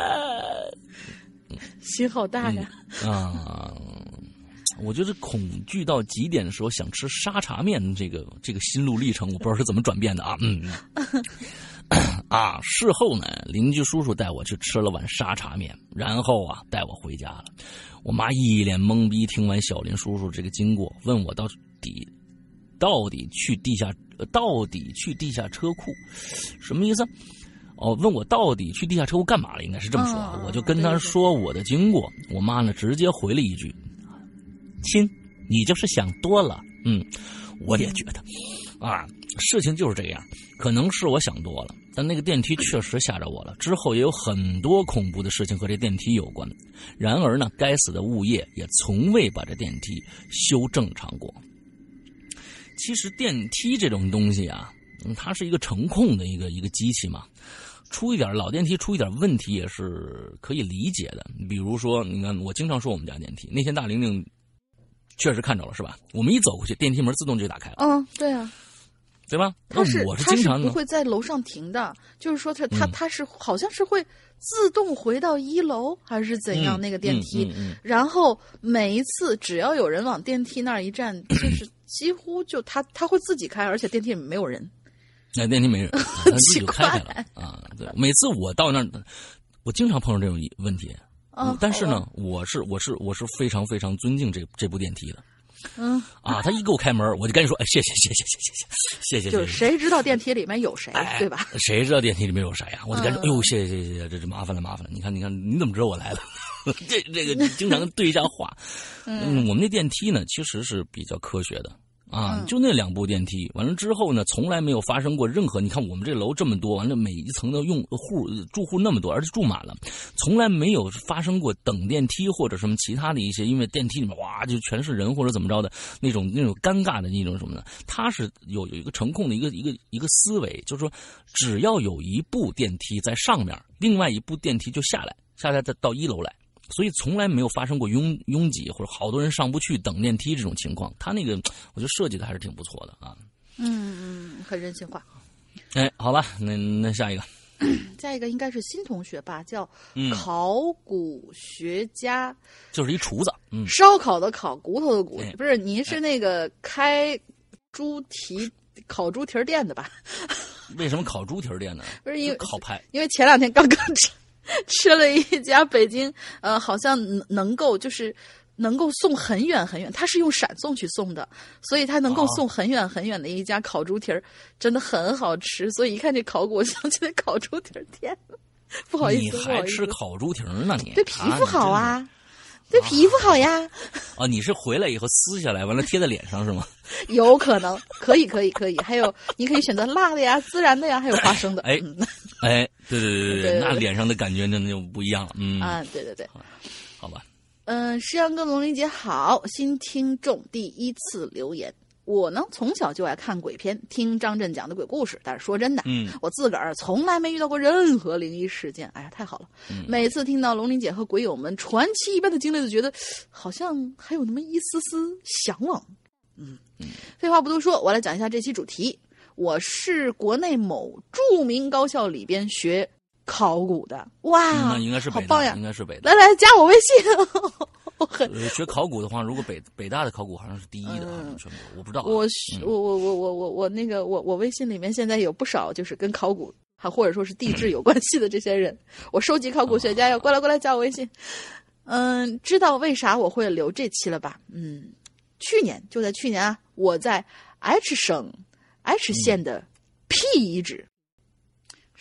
心好大呀！ 嗯、啊，我觉得恐惧到极点的时候想吃沙茶面，这个这个心路历程，我不知道是怎么转变的啊。嗯，啊，事后呢，邻居叔叔带我去吃了碗沙茶面，然后啊，带我回家了。我妈一脸懵逼，听完小林叔叔这个经过，问我到底到底去地下到底去地下车库什么意思？哦，问我到底去地下车库干嘛了？应该是这么说啊。 哦、 我就跟他说我的经过，我妈呢直接回了一句：“亲，你就是想多了。”嗯，我也觉得，啊，事情就是这样，可能是我想多了，但那个电梯确实吓着我了。之后也有很多恐怖的事情和这电梯有关，然而呢，该死的物业也从未把这电梯修正常过。其实电梯这种东西啊，嗯、它是一个程控的一个一个机器嘛。出一点老电梯出一点问题也是可以理解的，比如说，你看我经常说我们家电梯，那天大玲玲确实看着了是吧？我们一走过去，电梯门自动就打开了。 嗯，对啊， 对吧？ 它是我是经常它是不会在楼上停的，就是说它它它是好像是会自动回到一楼还是怎样、嗯、那个电梯、 嗯嗯嗯， 然后每一次只要有人往电梯那儿一站，就是几乎就它它会自己开，而且电梯里没有人。 那、哎、电梯没人，它自己就开开了啊！对，每次我到那儿，我经常碰到这种问题。 啊、 但是呢，我是我是我是非常非常尊敬这这部电梯的。 嗯啊，他一给我开门，我就赶紧说：“哎，谢谢谢谢谢谢谢谢谢谢。” 就是谁知道电梯里面有谁， 哎、 对吧？ 谁知道电梯里面有谁呀、啊？我就赶紧，哎呦，谢谢谢谢谢谢，这这麻烦了麻烦了！你看你看，你怎么知道我来了？这这个经常对一下话。嗯，我们那电梯呢，其实是比较科学的。啊，就那两部电梯，完了之后呢，从来没有发生过任何。你看我们这楼这么多，完了每一层的用户住户那么多，而且住满了，从来没有发生过等电梯或者什么其他的一些，因为电梯里面哇就全是人或者怎么着的那种那种尴尬的那种什么的。它是有有一个程控的一个一个一个思维，就是说只要有一部电梯在上面，另外一部电梯就下来，下来再到一楼来。所以从来没有发生过拥拥挤或者好多人上不去等电梯这种情况，他那个我觉得设计的还是挺不错的啊。 嗯嗯，很人性化。 哎，好吧，那那下一个， 下一个应该是新同学吧，叫考古学家，嗯、 就是一厨子，嗯， 烧烤的烤，骨头的骨，哎、不是您是那个开猪蹄烤猪蹄店的吧？ 为什么烤猪蹄店呢？ 不是因为烤排， 因为前两天刚刚吃。吃了一家北京，呃，好像能够就是能够送很远很远，他是用闪送去送的，所以他能够送很远很远的一家烤猪蹄儿，真的很好吃。所以一看这烤骨，我想起来烤猪蹄儿店，不好意思， 你还吃烤猪蹄儿呢？你对皮肤好啊。啊对皮肤好呀！ 哦，你是回来以后撕下来，完了贴在脸上是吗？ 有可能，可以，可以，可以。还有，你可以选择辣的呀、孜然的呀，还有花生的。 哎，哎，对对对对对，那脸上的感觉真的就不一样了。嗯啊，对对对， 好吧。 嗯，诗阳哥、龙玲姐好，新听众第一次留言。我呢，从小就爱看鬼片，听张震讲的鬼故事。但是说真的， 嗯， 我自个儿从来没遇到过任何灵异事件。哎呀，太好了！ 嗯、 每次听到龙玲姐和鬼友们传奇一般的经历，就觉得好像还有那么一丝丝向往。嗯嗯，废话不多说，我来讲一下这期主题。我是国内某著名高校里边学考古的，哇， 嗯、那应该是北大， 好棒呀！ 应该是北大。 来来，加我微信。 呃，学考古的话，如果北北大的考古好像是第一的，嗯、全国我不知道、啊。 我、 嗯、 我我我我我我那个我我微信里面现在有不少就是跟考古还或者说是地质有关系的这些人，我收集考古学家要过来过来加我微信。嗯，知道为啥我会留这期了吧？嗯，去年就在去年啊，我在 H 省 H 县的 P 遗址。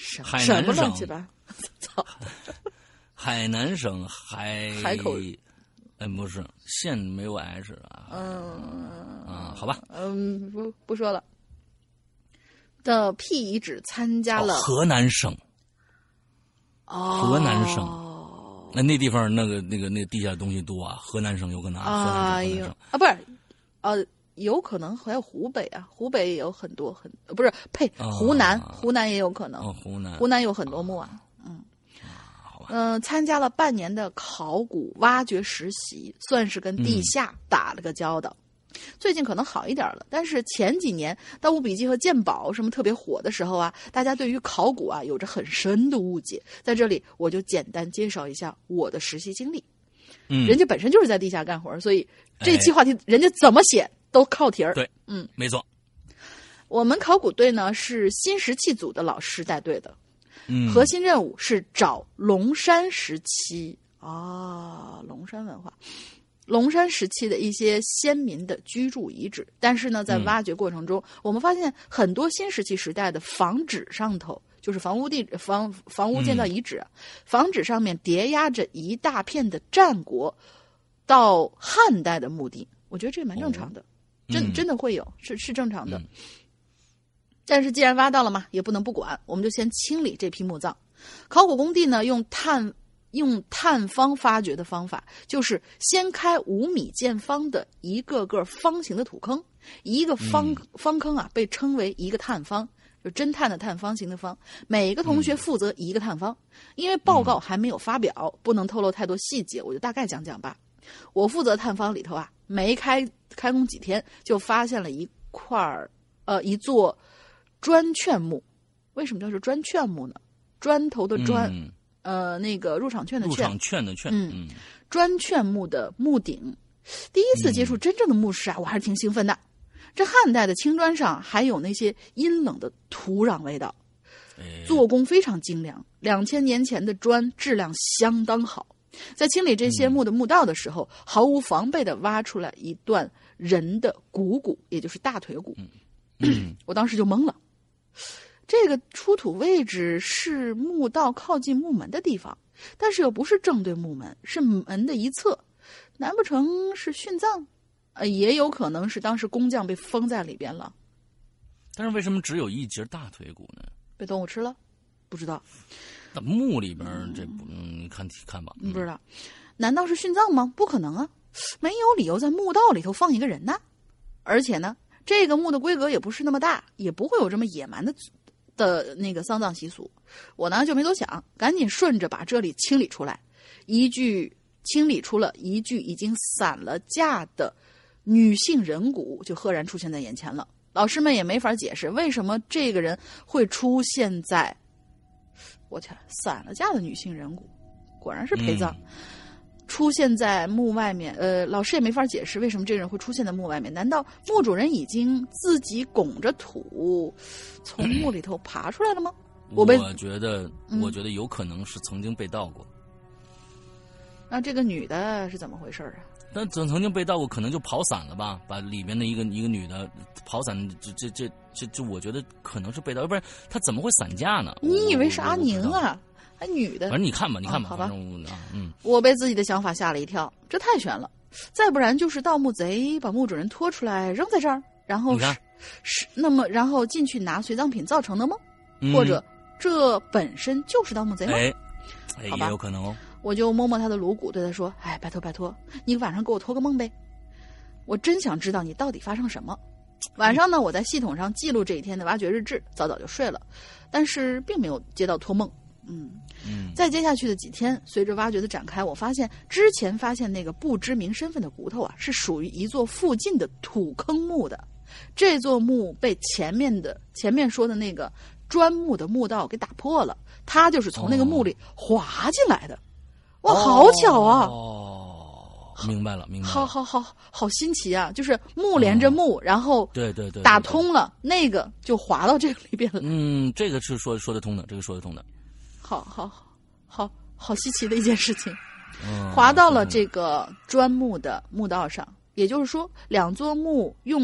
什海什么南省乱七八糟？ 海南省海海口， 哎，不是县没有 H 啊， 嗯啊，好吧， 嗯，不不说了。的 P 遗址参加了、 哦、河南省， 哦， 河南省，那那地方那个那个那个地下东西多啊，河南省有可能啊， 哎呦啊，不是，呃，有可能还有湖北啊，湖北也有很多很不是呸，湖南、啊、湖南也有可能， 哦、湖南湖南有很多墓啊，嗯。嗯、呃，参加了半年的考古挖掘实习，算是跟地下打了个交道。嗯、最近可能好一点了，但是前几年《盗墓笔记》和鉴宝什么特别火的时候啊，大家对于考古啊有着很深的误解。在这里，我就简单介绍一下我的实习经历。 嗯， 人家本身就是在地下干活，所以这期话题人家怎么写都靠题儿。 对， 嗯， 没错。 我们考古队呢是新石器组的老师带队的。 嗯， 核心任务是找龙山时期啊，龙山文化，龙山时期的一些先民的居住遗址。但是呢，在挖掘过程中，嗯、我们发现很多新石器时代的房址上头，就是房屋地房房屋建造遗址、啊，嗯、房址上面叠压着一大片的战国到汉代的墓地。我觉得这蛮正常的，哦、真、嗯、真的会有，是是正常的。嗯，但是既然挖到了嘛，也不能不管，我们就先清理这批墓葬。考古工地呢，用探用探方发掘的方法，就是先开五米见方的一个个方形的土坑，一个方、嗯、方坑啊被称为一个探方，就侦探的探，方形的方。每个同学负责一个探方，嗯、因为报告还没有发表，不能透露太多细节，我就大概讲讲吧。我负责探方里头啊，没开开工几天，就发现了一块呃一座。砖券墓，为什么叫做砖券墓呢？砖头的砖，嗯、呃，那个入场券的券， 入场券的券， 嗯，砖券墓的墓顶。第一次接触真正的墓室啊，嗯、我还是挺兴奋的。这汉代的青砖上还有那些阴冷的土壤味道，做工非常精良。两千年前的砖质量相当好。在清理这些墓的墓道的时候，嗯、毫无防备地挖出来一段人的股骨，也就是大腿骨。嗯、我当时就懵了。这个出土位置是墓道靠近墓门的地方，但是又不是正对墓门，是门的一侧，难不成是殉葬？呃，也有可能是当时工匠被封在里边了。 但是为什么只有一节大腿骨呢？ 被动物吃了？不知道。 那墓里边这不，嗯，看看吧。 嗯、不知道。难道是殉葬吗？不可能啊，没有理由在墓道里头放一个人呐。而且呢，这个墓的规格也不是那么大，也不会有这么野蛮的的那个丧葬习俗。我呢就没多想，赶紧顺着把这里清理出来。一具清理出了一具已经散了架的女性人骨，就赫然出现在眼前了。老师们也没法解释为什么这个人会出现在，我去，散了架的女性人骨，果然是陪葬。嗯，出现在墓外面，呃，老师也没法解释为什么这个人会出现在墓外面。难道墓主人已经自己拱着土从墓里头爬出来了吗？我被我觉得，嗯、我觉得有可能是曾经被盗过。 那这个女的是怎么回事啊？ 但曾曾经被盗过，可能就跑散了吧，把里面的一个一个女的跑散，这这这这这，我觉得可能是被盗，要不然她怎么会散架呢？ 你以为是阿宁啊？还女的， 反正你看吧，你看吧， 啊、好吧， 啊，嗯， 我被自己的想法吓了一跳，这太悬了。再不然就是盗墓贼把墓主人拖出来扔在这儿，然后是是那么然后进去拿随葬品造成的吗？嗯、或者这本身就是盗墓贼吗？ 哎，哎好吧， 也有可能哦。 我就摸摸他的颅骨，对他说：“哎，拜托拜托，你晚上给我托个梦呗。我真想知道你到底发生什么。”晚上呢，我在系统上记录这一天的挖掘日志，早早就睡了，但是并没有接到托梦。嗯嗯，在接下去的几天，随着挖掘的展开，我发现之前发现那个不知名身份的骨头啊，是属于一座附近的土坑墓的。这座墓被前面的前面说的那个砖墓的墓道给打破了，他就是从那个墓里滑进来的。哇，好巧啊！ 哦，明白了，明白了。 好好好好新奇啊！就是墓连着墓，哦、然后对对对， 打通了，那个就滑到这个里边了。 嗯，这个是说说得通的，这个说得通的。 好好好好稀奇的一件事情， 嗯、 滑到了这个砖墓的墓道上。也就是说，两座墓用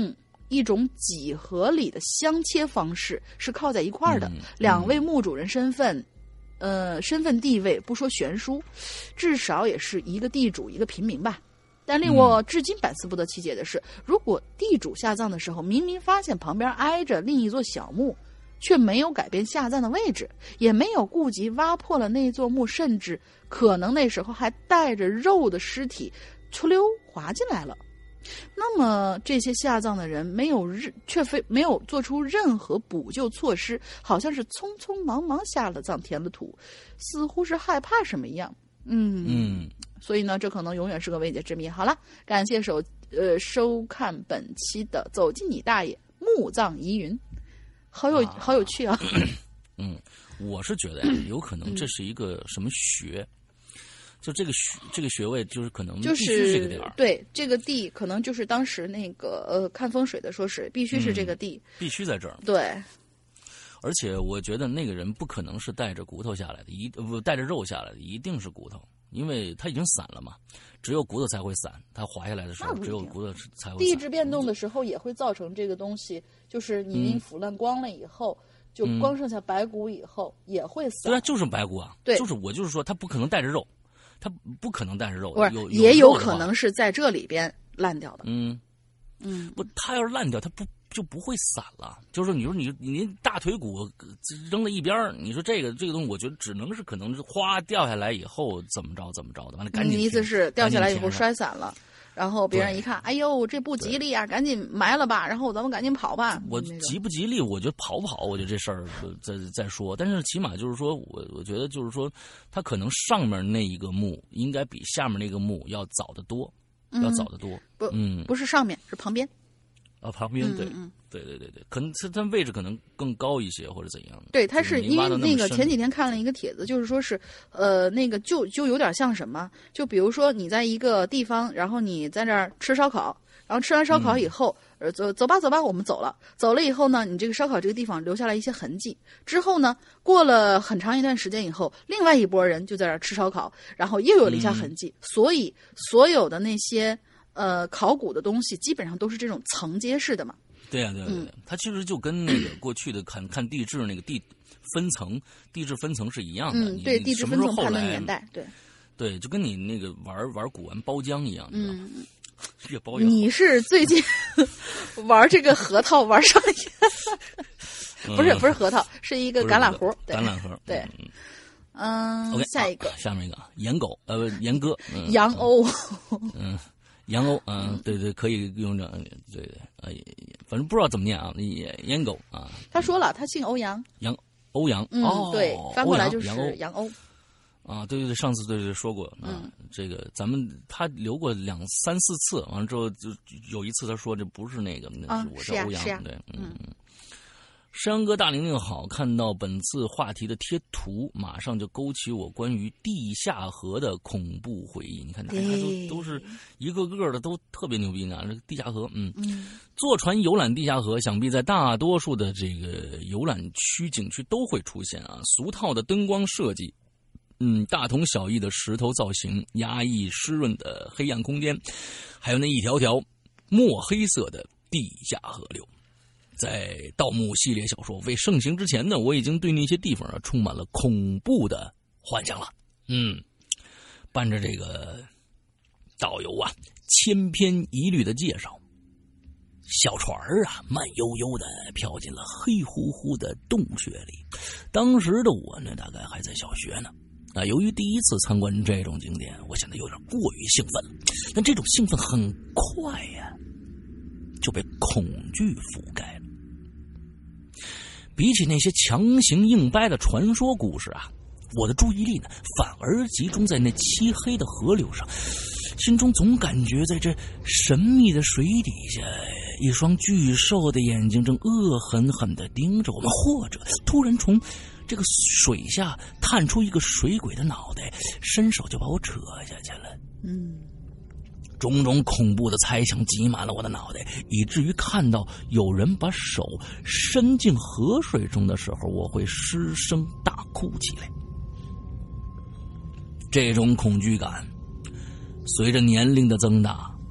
一种几何里的相切方式，是靠在一块儿的。 嗯、 两位墓主人身份，呃，身份地位不说悬殊，至少也是一个地主一个平民吧。但令我至今百思不得其解的是，如果地主下葬的时候明明发现旁边挨着另一座小墓，却没有改变下葬的位置，也没有顾及挖破了那座墓，甚至可能那时候还带着肉的尸体出溜滑进来了，那么这些下葬的人没有任却非没有做出任何补救措施，好像是匆匆忙忙下了葬填了土，似乎是害怕什么一样。嗯嗯， 所以呢，这可能永远是个未解之谜。好了，感谢收呃收看本期的《走进你大爷墓葬疑云》，好有、啊、好有趣啊！ 嗯，我是觉得呀，有可能这是一个什么学。嗯，就这个学这个学位，就是可能就是这个地儿， 对这个地，可能就是当时那个呃看风水的说是必须是这个地， 嗯、必须在这儿。 对， 而且我觉得那个人不可能是带着骨头下来的，一不带着肉下来的，一定是骨头，因为他已经散了嘛，只有骨头才会散，他滑下来的时候只有骨头才会散。 地质变动的时候也会造成这个东西，就是你腐烂光了以后。嗯，就光剩下白骨以后、嗯、也会散。 对啊，就是白骨啊。 对， 就是我就是说，他不可能带着肉，他不可能带着肉。 不是， 有也有可能是在这里边烂掉的。 嗯嗯， 不，他要是烂掉，他不就不会散了。就是说，你说你你大腿骨扔在一边，你说这个这个东西，我觉得只能是可能是哗掉下来以后怎么着怎么着的，完了赶紧。 你意思是掉下来以后摔散了？然后别人一看，哎呦，这不吉利啊，赶紧埋了吧，然后咱们赶紧跑吧。 我吉不吉利，我觉得跑不跑，我觉得这事儿再再说。但是起码就是说，我我觉得就是说，它可能上面那一个墓应该比下面那个墓要早得多， 嗯、 要早得多。 不， 嗯， 不是上面，是旁边。 啊，旁边对， 嗯、 对对对对，可能它它位置可能更高一些，或者怎样。 对，它是因为那个前几天看了一个帖子，就是说是，呃，那个就就有点像什么，就比如说你在一个地方，然后你在这儿吃烧烤，然后吃完烧烤以后，呃、嗯，走走吧走吧，我们走了，走了以后呢，你这个烧烤这个地方留下来一些痕迹，之后呢，过了很长一段时间以后，另外一拨人就在这儿吃烧烤，然后又有了一下痕迹，嗯、所以所有的那些。呃，考古的东西基本上都是这种层阶式的嘛。 对呀、啊，对呀、啊，对呀、啊，它其实就跟那个过去的看看地质那个地分层、地质分层是一样的。 嗯，对，地质分层判断年代，对， 对，就跟你那个玩玩古玩包浆一样， 嗯， 越包越好。 你是最近玩这个核桃玩上瘾？不是，不是核桃，是一个橄榄核， 橄榄核， 对。嗯， OK， 下一个， 下面一个颜狗，呃，颜哥，嗯、 洋欧， 嗯。洋欧，嗯、呃，对对，可以用这，对对，呃，反正不知道怎么念啊，颜狗啊。 他说了，他姓欧阳。 杨欧阳， 嗯， 哦， 对，翻过来就是洋欧。 啊，对对对，上次对对说过啊， 嗯、 这个咱们他留过两三四次，完了之后就有一次他说这不是那个，那是我叫欧阳， 啊、 对， 嗯。 嗯山哥大玲玲好，看到本次话题的贴图，马上就勾起我关于地下河的恐怖回忆。你看，大家都都是一个个的都特别牛逼呢。这个地下河，嗯， 嗯坐船游览地下河，想必在大多数的这个游览区、景区都会出现啊。俗套的灯光设计，嗯，大同小异的石头造型，压抑湿润的黑暗空间，还有那一条条墨黑色的地下河流。在盗墓系列小说未盛行之前呢，我已经对那些地方啊充满了恐怖的幻想了。嗯，伴着这个导游啊千篇一律的介绍，小船啊慢悠悠的飘进了黑乎乎的洞穴里。当时的我呢，大概还在小学呢。啊，由于第一次参观这种景点，我现在有点过于兴奋了。但这种兴奋很快呀、啊，就被恐惧覆盖了。比起那些强行硬掰的传说故事啊，我的注意力呢反而集中在那漆黑的河流上，心中总感觉在这神秘的水底下，一双巨兽的眼睛正恶狠狠地盯着我们，或者突然从这个水下探出一个水鬼的脑袋，伸手就把我扯下去了。 嗯。 种种恐怖的猜想挤满了我的脑袋，以至于看到有人把手伸进河水中的时候，我会失声大哭起来。这种恐惧感随着年龄的增大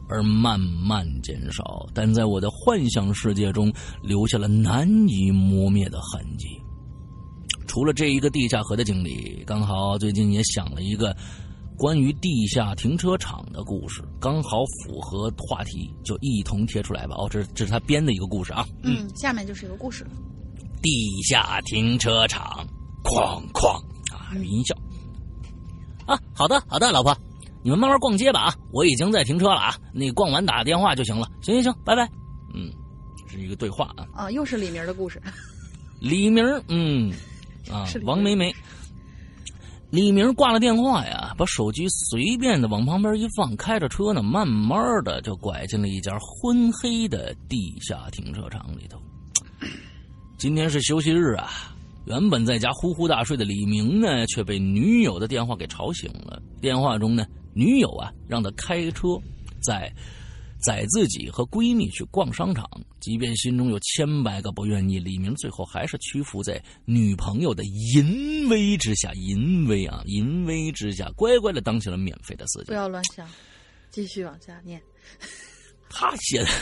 而慢慢减少，但在我的幻想世界中留下了难以磨灭的痕迹。除了这一个地下河的经历，刚好最近也想了一个关于地下停车场的故事，刚好符合话题，就一同贴出来吧。哦，这是这是他编的一个故事啊。 嗯，嗯下面就是一个故事了。 地下停车场，哐哐啊，音效。啊，好的好的，老婆，你们慢慢逛街吧啊，我已经在停车了啊，你逛完打电话就行了。行行行，拜拜。嗯，是一个对话啊。 啊，又是李明的故事。 李明，嗯，啊，王梅梅。李明挂了电话呀，把手机随便的往旁边一放，开着车呢，慢慢的就拐进了一家昏黑的地下停车场里头。今天是休息日啊，原本在家呼呼大睡的李明呢，却被女友的电话给吵醒了。电话中呢，女友啊让他开车载载自己和闺蜜去逛商场，即便心中有千百个不愿意，李明最后还是屈服在女朋友的淫威之下，淫威啊，淫威之下，乖乖的当起了免费的司机。 不要乱想，继续往下念。 他写的，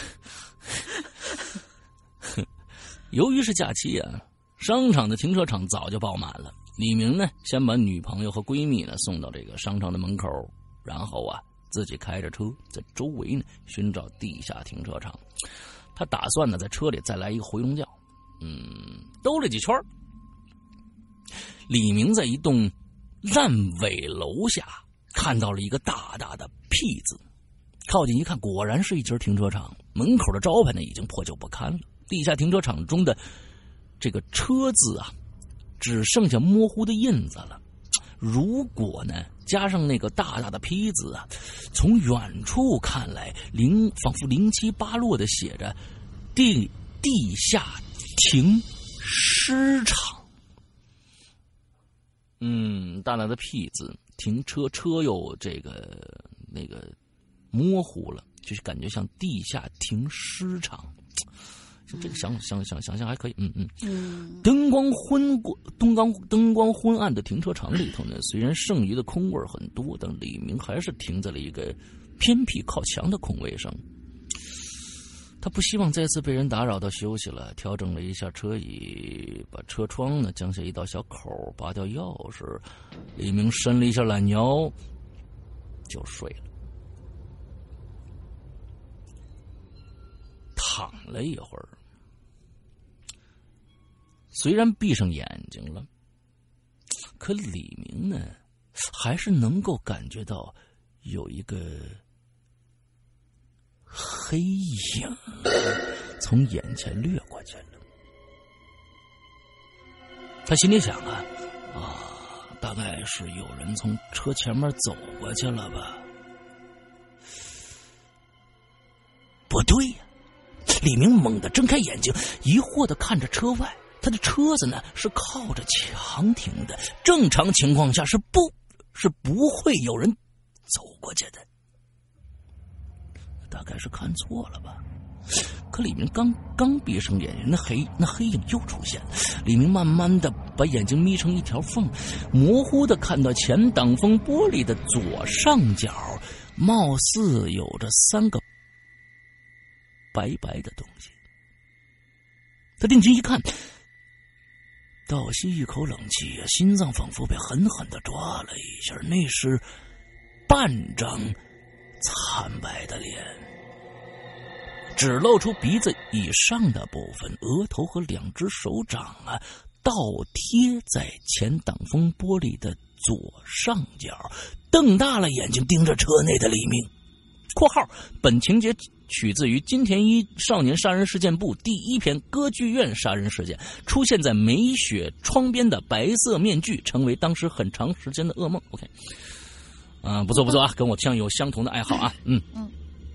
由于是假期啊，商场的停车场早就爆满了。李明呢，先把女朋友和闺蜜呢送到这个商场的门口，然后啊。自己开着车在周围呢寻找地下停车场，他打算呢在车里再来一个回笼觉。嗯，兜了几圈，李明在一栋烂尾楼下看到了一个大大的 P 字，靠近一看，果然是一家停车场，门口的招牌呢已经破旧不堪了。地下停车场中的这个车字啊，只剩下模糊的印子了。如果呢加上那个大大的坯字啊，从远处看来，零仿佛零七八落的写着地地下停尸场。嗯，大大的坯字，停车车又这个那个模糊了，就是感觉像地下停尸场。这个想想想想想还可以，嗯嗯嗯。灯光昏灯光灯光昏暗的停车场里头呢，虽然剩余的空位很多，但李明还是停在了一个偏僻靠墙的空位上。他不希望再次被人打扰到休息了，调整了一下车椅，把车窗呢降下一道小口，拔掉钥匙。李明伸了一下懒腰，就睡了。躺了一会儿，虽然闭上眼睛了，可李明呢，还是能够感觉到有一个黑影从眼前掠过去了。他心里想啊，啊，大概是有人从车前面走过去了吧？不对呀！李明猛地睁开眼睛，疑惑地看着车外。他的车子呢是靠着墙停的，正常情况下是不是不会有人走过去的。大概是看错了吧？可李明刚刚闭上眼睛，那黑那黑影又出现了。李明慢慢地把眼睛眯成一条缝，模糊地看到前挡风玻璃的左上角，貌似有着三个白白的东西。他定睛一看，倒吸一口冷气，心脏仿佛被狠狠地抓了一下。那是半张惨白的脸，只露出鼻子以上的部分，额头和两只手掌啊倒贴在前挡风玻璃的左上角，瞪大了眼睛盯着车内的李明。括号本情节取自于金田一少年杀人事件簿第一篇歌剧院杀人事件，出现在美雪窗边的白色面具成为当时很长时间的噩梦。 OK， 啊、呃，不错不错啊，跟我像有相同的爱好啊。嗯嗯。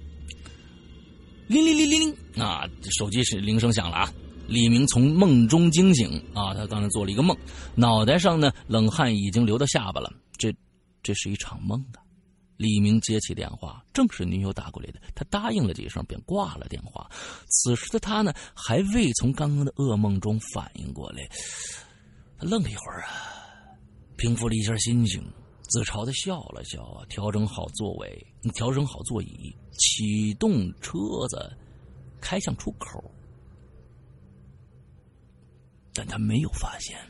铃铃铃铃铃啊，手机是铃声响了啊。李明从梦中惊醒啊，他刚才做了一个梦，脑袋上呢冷汗已经流到下巴了。这这是一场梦啊。李明接起电话，正是女友打过来的，他答应了几声便挂了电话。此时的他呢，还未从刚刚的噩梦中反应过来，他愣了一会儿啊，平复了一下心情， 自嘲的笑了笑啊，调整好座位，调整好座椅，启动车子，开向出口。但他没有发现，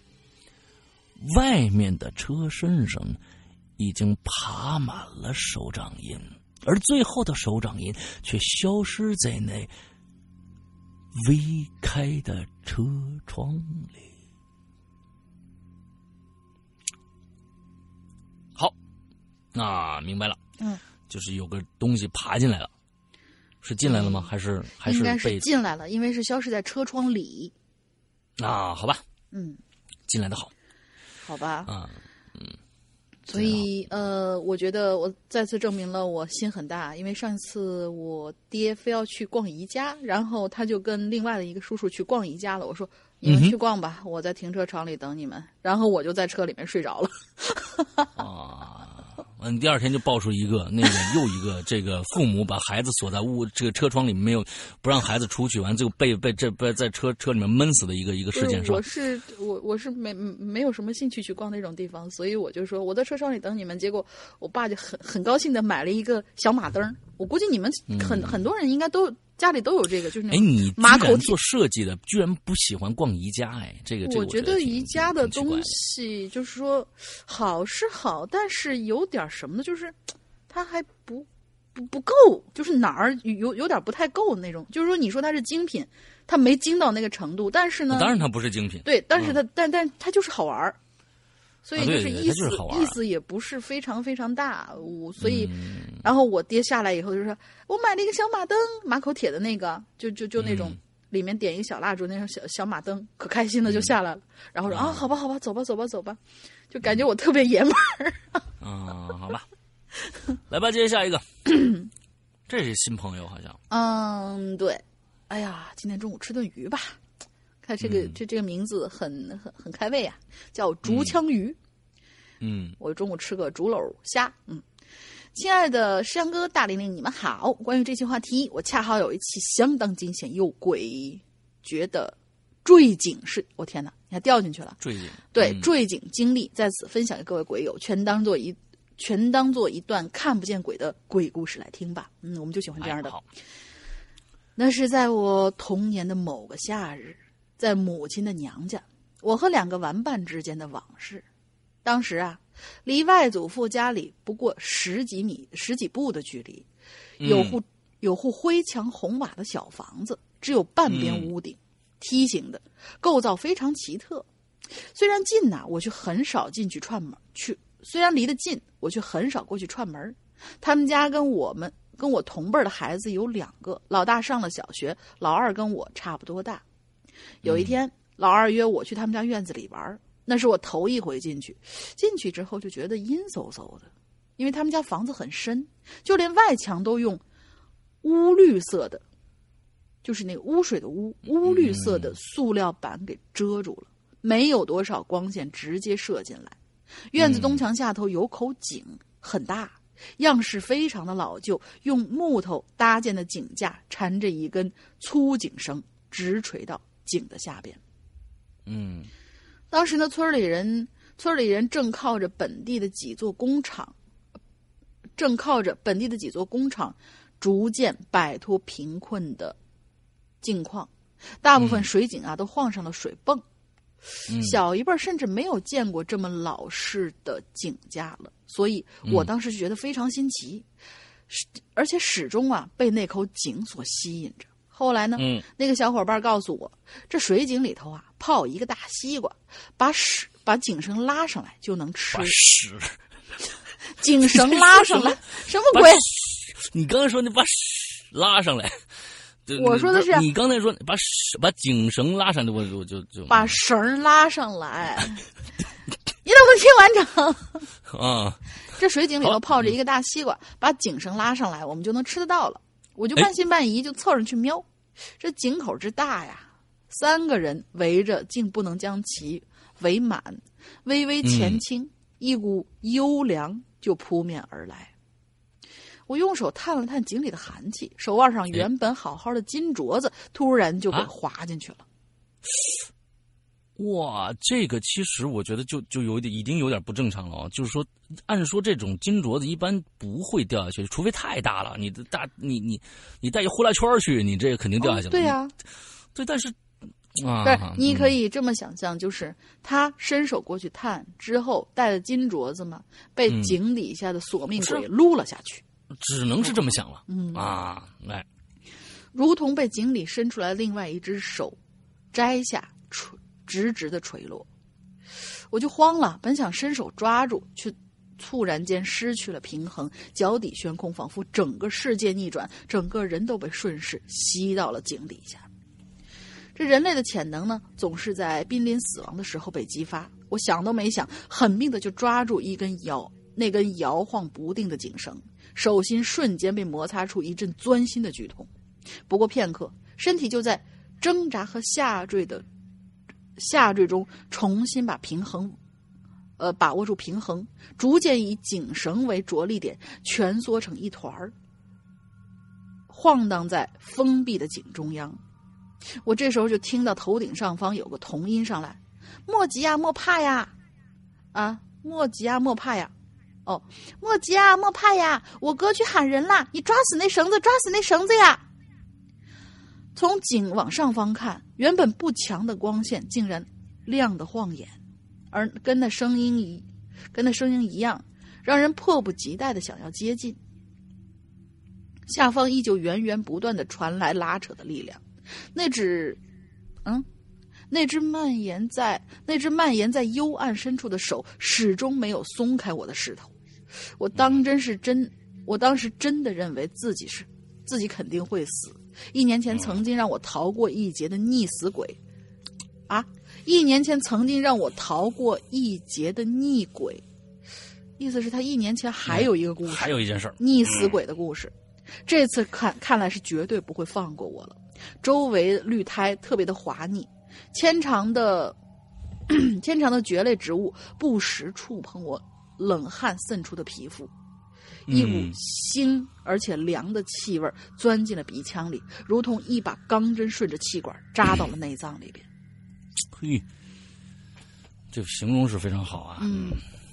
外面的车身上已经爬满了手掌印，而最后的手掌印却消失在那微开的车窗里。好，那明白了。 嗯， 就是有个东西爬进来了，是进来了吗？还是还是被应该是进来了，因为是消失在车窗里。 啊？好吧， 嗯， 进来的好， 好吧。 啊，嗯。 所以，呃，我觉得我再次证明了我心很大，因为上一次我爹非要去逛宜家，然后他就跟另外的一个叔叔去逛宜家了。我说：“你们去逛吧，嗯、我在停车场里等你们。”然后我就在车里面睡着了。 啊，完第二天就爆出一个那个又一个这个父母把孩子锁在屋这个车窗里面，没有不让孩子出去，完就被被这被在车车里面闷死的一个一个事件，是吧？ 我是我我是没没有什么兴趣去逛那种地方，所以我就说我在车窗里等你们。结果我爸就很很高兴的买了一个小马灯，我估计你们很、嗯、很多人应该都家里都有这个，就是那种马口铁。 哎，你居然做设计的，居然不喜欢逛宜家？哎，这个这个我觉得宜家的东西就是说好是好，但是有点什么呢？就是它还不不不够，就是哪儿有有点不太够那种。就是说，你说它是精品，它没精到那个程度，但是呢， 当然它不是精品， 对，但是它、嗯、但但它就是好玩。所以就是意思、 啊、对对对意思也不是非常非常大，我所以、嗯，然后我爹下来以后就说，我买了一个小马灯，马口铁的那个，就就就那种、嗯、里面点一个小蜡烛那种小小马灯，可开心的就下来了，嗯、然后说、嗯、啊，好吧好吧，走吧走吧走吧，就感觉我特别爷们儿。 啊、嗯，好吧，来吧，接下一个，这是新朋友好像。 嗯，对，哎呀，今天中午吃顿鱼吧。看这个、嗯、这这个名字很很很开胃啊，叫竹枪鱼。 嗯， 我中午吃个竹篓虾。嗯，亲爱的山哥大玲玲，你们好。关于这期话题，我恰好有一期相当惊险又诡谲的坠井事。我、哦、天哪，你还掉进去了？ 坠井。 对， 嗯、 坠井经历在此分享给各位鬼友，全当做一全当做一段看不见鬼的鬼故事来听吧。嗯，我们就喜欢这样的。 哎、好， 那是在我童年的某个夏日。在母亲的娘家，我和两个玩伴之间的往事。当时啊，离外祖父家里不过十几米、十几步的距离，有户、嗯、有户灰墙红瓦的小房子，只有半边屋顶，嗯、梯形的，构造非常奇特。虽然近呐、啊，我却很少进去串门去。虽然离得近，我却很少过去串门。他们家跟我们跟我同辈的孩子有两个，老大上了小学，老二跟我差不多大。有一天、嗯、老二约我去他们家院子里玩，那是我头一回进去。进去之后就觉得阴飕飕的，因为他们家房子很深，就连外墙都用乌绿色的，就是那个污水的污乌绿色的塑料板给遮住了，没有多少光线直接射进来。院子东墙下头有口井，很大，样式非常的老旧，用木头搭建的井架缠着一根粗井绳，直垂到井的下边。 嗯， 当时呢，村里人村里人正靠着本地的几座工厂，正靠着本地的几座工厂，逐渐摆脱贫困的境况。大部分水井啊、嗯、都换上了水泵，嗯、小一辈甚至没有见过这么老式的井架了，所以我当时就觉得非常新奇，嗯、而且始终啊被那口井所吸引着。后来呢、 嗯， 那个小伙伴告诉我，这水井里头啊泡一个大西瓜，把屎把井绳拉上来就能吃。 把屎， 井绳拉上来，什么鬼？ 你刚才说你把屎拉上来， 我说的是你刚才说把屎把井绳拉上来，我我就就把绳拉上来。你能不能听完整？ 啊， 这水井里头泡着一个大西瓜，把井绳拉上来，我们就能吃得到了。我就半信半疑，就凑上去瞄，这井口之大呀，三个人围着，竟不能将其围满，微微前倾、嗯，一股幽凉就扑面而来。我用手探了探井里的寒气，手腕上原本好好的金镯子，突然就被划进去了。 哇，这个其实我觉得就就有点已经有点不正常了啊！就是说，按说这种金镯子一般不会掉下去，除非太大了。你的大，你你你带一呼啦圈去，你这个肯定掉下去了。 哦、对呀、啊， 对，但是啊， 对，你可以这么想象，就是他伸手过去探之后，带的金镯子嘛，被井底下的索命鬼撸了下去。 嗯、只能是这么想了。 嗯啊，来， 如同被井里伸出来另外一只手摘下垂。直直的垂落，我就慌了，本想伸手抓住，却猝然间失去了平衡，脚底悬空，仿佛整个世界逆转，整个人都被顺势吸到了井底下。这人类的潜能呢，总是在濒临死亡的时候被激发。我想都没想，狠命的就抓住一根摇那根摇晃不定的井绳，手心瞬间被摩擦出一阵钻心的剧痛。不过片刻，身体就在挣扎和下坠的下坠中重新把平衡，呃，把握住平衡，逐渐以井绳为着力点，蜷缩成一团儿，晃荡在封闭的井中央。我这时候就听到头顶上方有个童音上来：“莫急呀，莫怕呀，啊，莫急呀，莫怕呀，哦，莫急呀，莫怕呀，我哥去喊人啦，你抓死那绳子，抓死那绳子呀！”从井往上方看，原本不强的光线竟然亮得晃眼，而跟那声音一跟那声音一样，让人迫不及待的想要接近。下方依旧源源不断的传来拉扯的力量，那只嗯那只蔓延在那只蔓延在幽暗深处的手始终没有松开我的势头。我当真是真我当时真的认为自己是自己肯定会死。一年前曾经让我逃过一劫的逆死鬼，啊！一年前曾经让我逃过一劫的逆鬼，意思是他一年前还有一个故事， 还有一件事， 逆死鬼的故事。这次看看来是绝对不会放过我了。周围绿苔特别的滑腻，纤长的纤长的蕨类植物不时触碰我冷汗渗出的皮肤。一股腥而且凉的气味钻进了鼻腔里，如同一把钢针顺着气管扎到了内脏里边。 嘿，这形容是非常好啊。 嗯，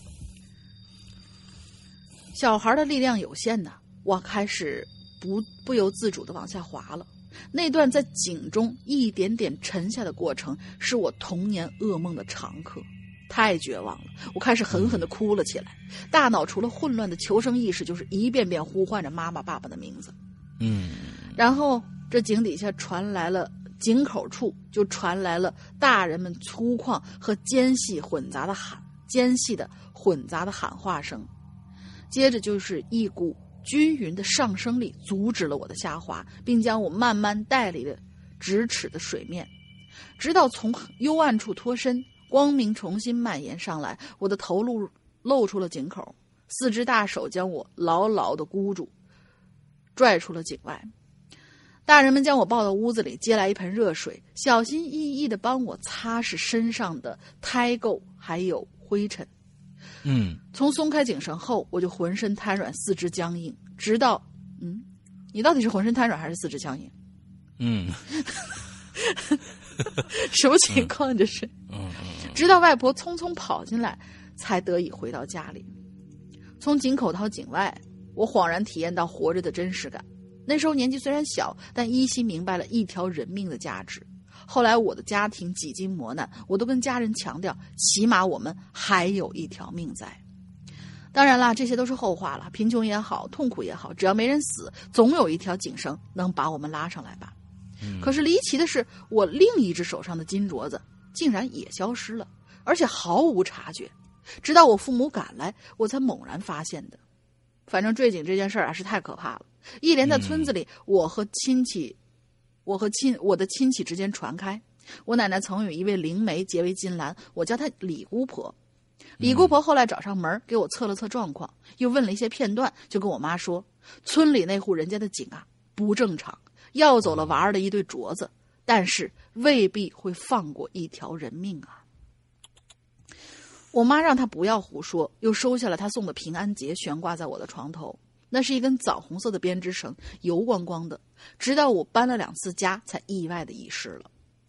小孩的力量有限呐，我开始不不由自主地往下滑了。那段在井中一点点沉下的过程，是我童年噩梦的常客。太绝望了，我开始狠狠地哭了起来，大脑除了混乱的求生意识，就是一遍遍呼唤着妈妈爸爸的名字。 嗯， 然后这井底下传来了井口处就传来了大人们粗犷和尖细混杂的喊尖细的混杂的喊话声，接着就是一股均匀的上升力阻止了我的下滑，并将我慢慢带离了咫尺的水面，直到从幽暗处脱身，光明重新蔓延上来，我的头颅露出了井口，四只大手将我牢牢地箍住，拽出了井外。大人们将我抱到屋子里，接来一盆热水，小心翼翼地帮我擦拭身上的胎垢还有灰尘。 嗯， 从松开井绳后，我就浑身瘫软，四肢僵硬，直到嗯，你到底是浑身瘫软还是四肢僵硬？ 嗯。 什么情况这是？ 嗯嗯， 直到外婆匆匆跑进来，才得以回到家里。从井口到井外，我恍然体验到活着的真实感。那时候年纪虽然小，但依稀明白了一条人命的价值。后来我的家庭几经磨难，我都跟家人强调，起码我们还有一条命在。当然啦，这些都是后话了。贫穷也好，痛苦也好，只要没人死，总有一条井绳能把我们拉上来吧。可是离奇的是，我另一只手上的金镯子竟然也消失了，而且毫无察觉。直到我父母赶来，我才猛然发现的。反正坠井这件事儿啊，是太可怕了。一连在村子里，我和亲戚，我和亲我的亲戚之间传开。我奶奶曾与一位灵媒结为金兰，我叫她李姑婆。李姑婆后来找上门给我测了测状况，又问了一些片段，就跟我妈说，村里那户人家的井啊不正常，要走了娃儿的一对镯子，但是未必会放过一条人命啊。我妈让她不要胡说，又收下了她送的平安结，悬挂在我的床头。那是一根枣红色的编织绳，油光光的，直到我搬了两次家才意外的遗失了。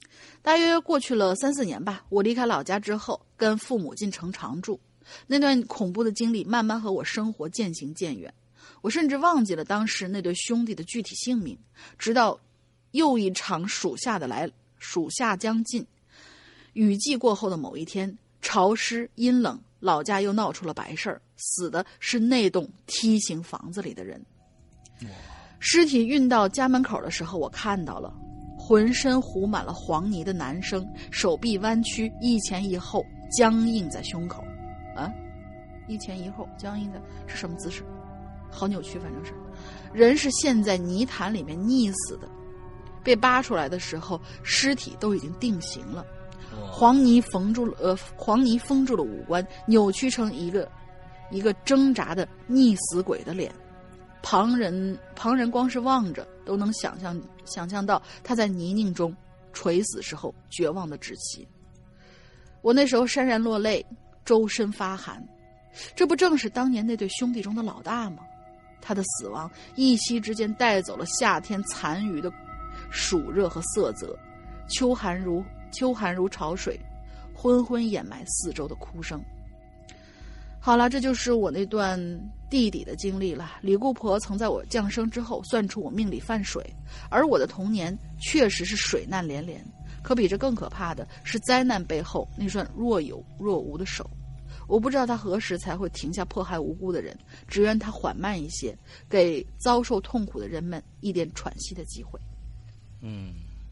大约过去了三四年吧，我离开老家之后，跟父母进城常住。那段恐怖的经历慢慢和我生活渐行渐远，我甚至忘记了当时那对兄弟的具体姓名。直到又一场暑夏的来，暑夏将近，雨季过后的某一天，潮湿阴冷，老家又闹出了白事儿，死的是那栋梯形房子里的人。尸体运到家门口的时候，我看到了浑身糊满了黄泥的男生，手臂弯曲，一前一后僵硬在胸口。啊，一前一后僵硬在是什么姿势？好扭曲，反正是人是陷在泥潭里面溺死的。被扒出来的时候，尸体都已经定型了，黄泥缝住了呃，黄泥封住了五官，扭曲成一个一个挣扎的溺死鬼的脸。旁人旁人光是望着都能想象想象到他在泥泞中垂死时候绝望的窒息。我那时候潸然落泪，周身发寒。这不正是当年那对兄弟中的老大吗？他的死亡一夕之间带走了夏天残余的暑热和色泽，秋寒如秋寒如潮水，昏昏掩埋四周的哭声。好了，这就是我那段弟弟的经历了。李姑婆曾在我降生之后算出我命里犯水，而我的童年确实是水难连连。可比这更可怕的是灾难背后那双若有若无的手。我不知道他何时才会停下迫害无辜的人，只愿他缓慢一些，给遭受痛苦的人们一点喘息的机会。 嗯，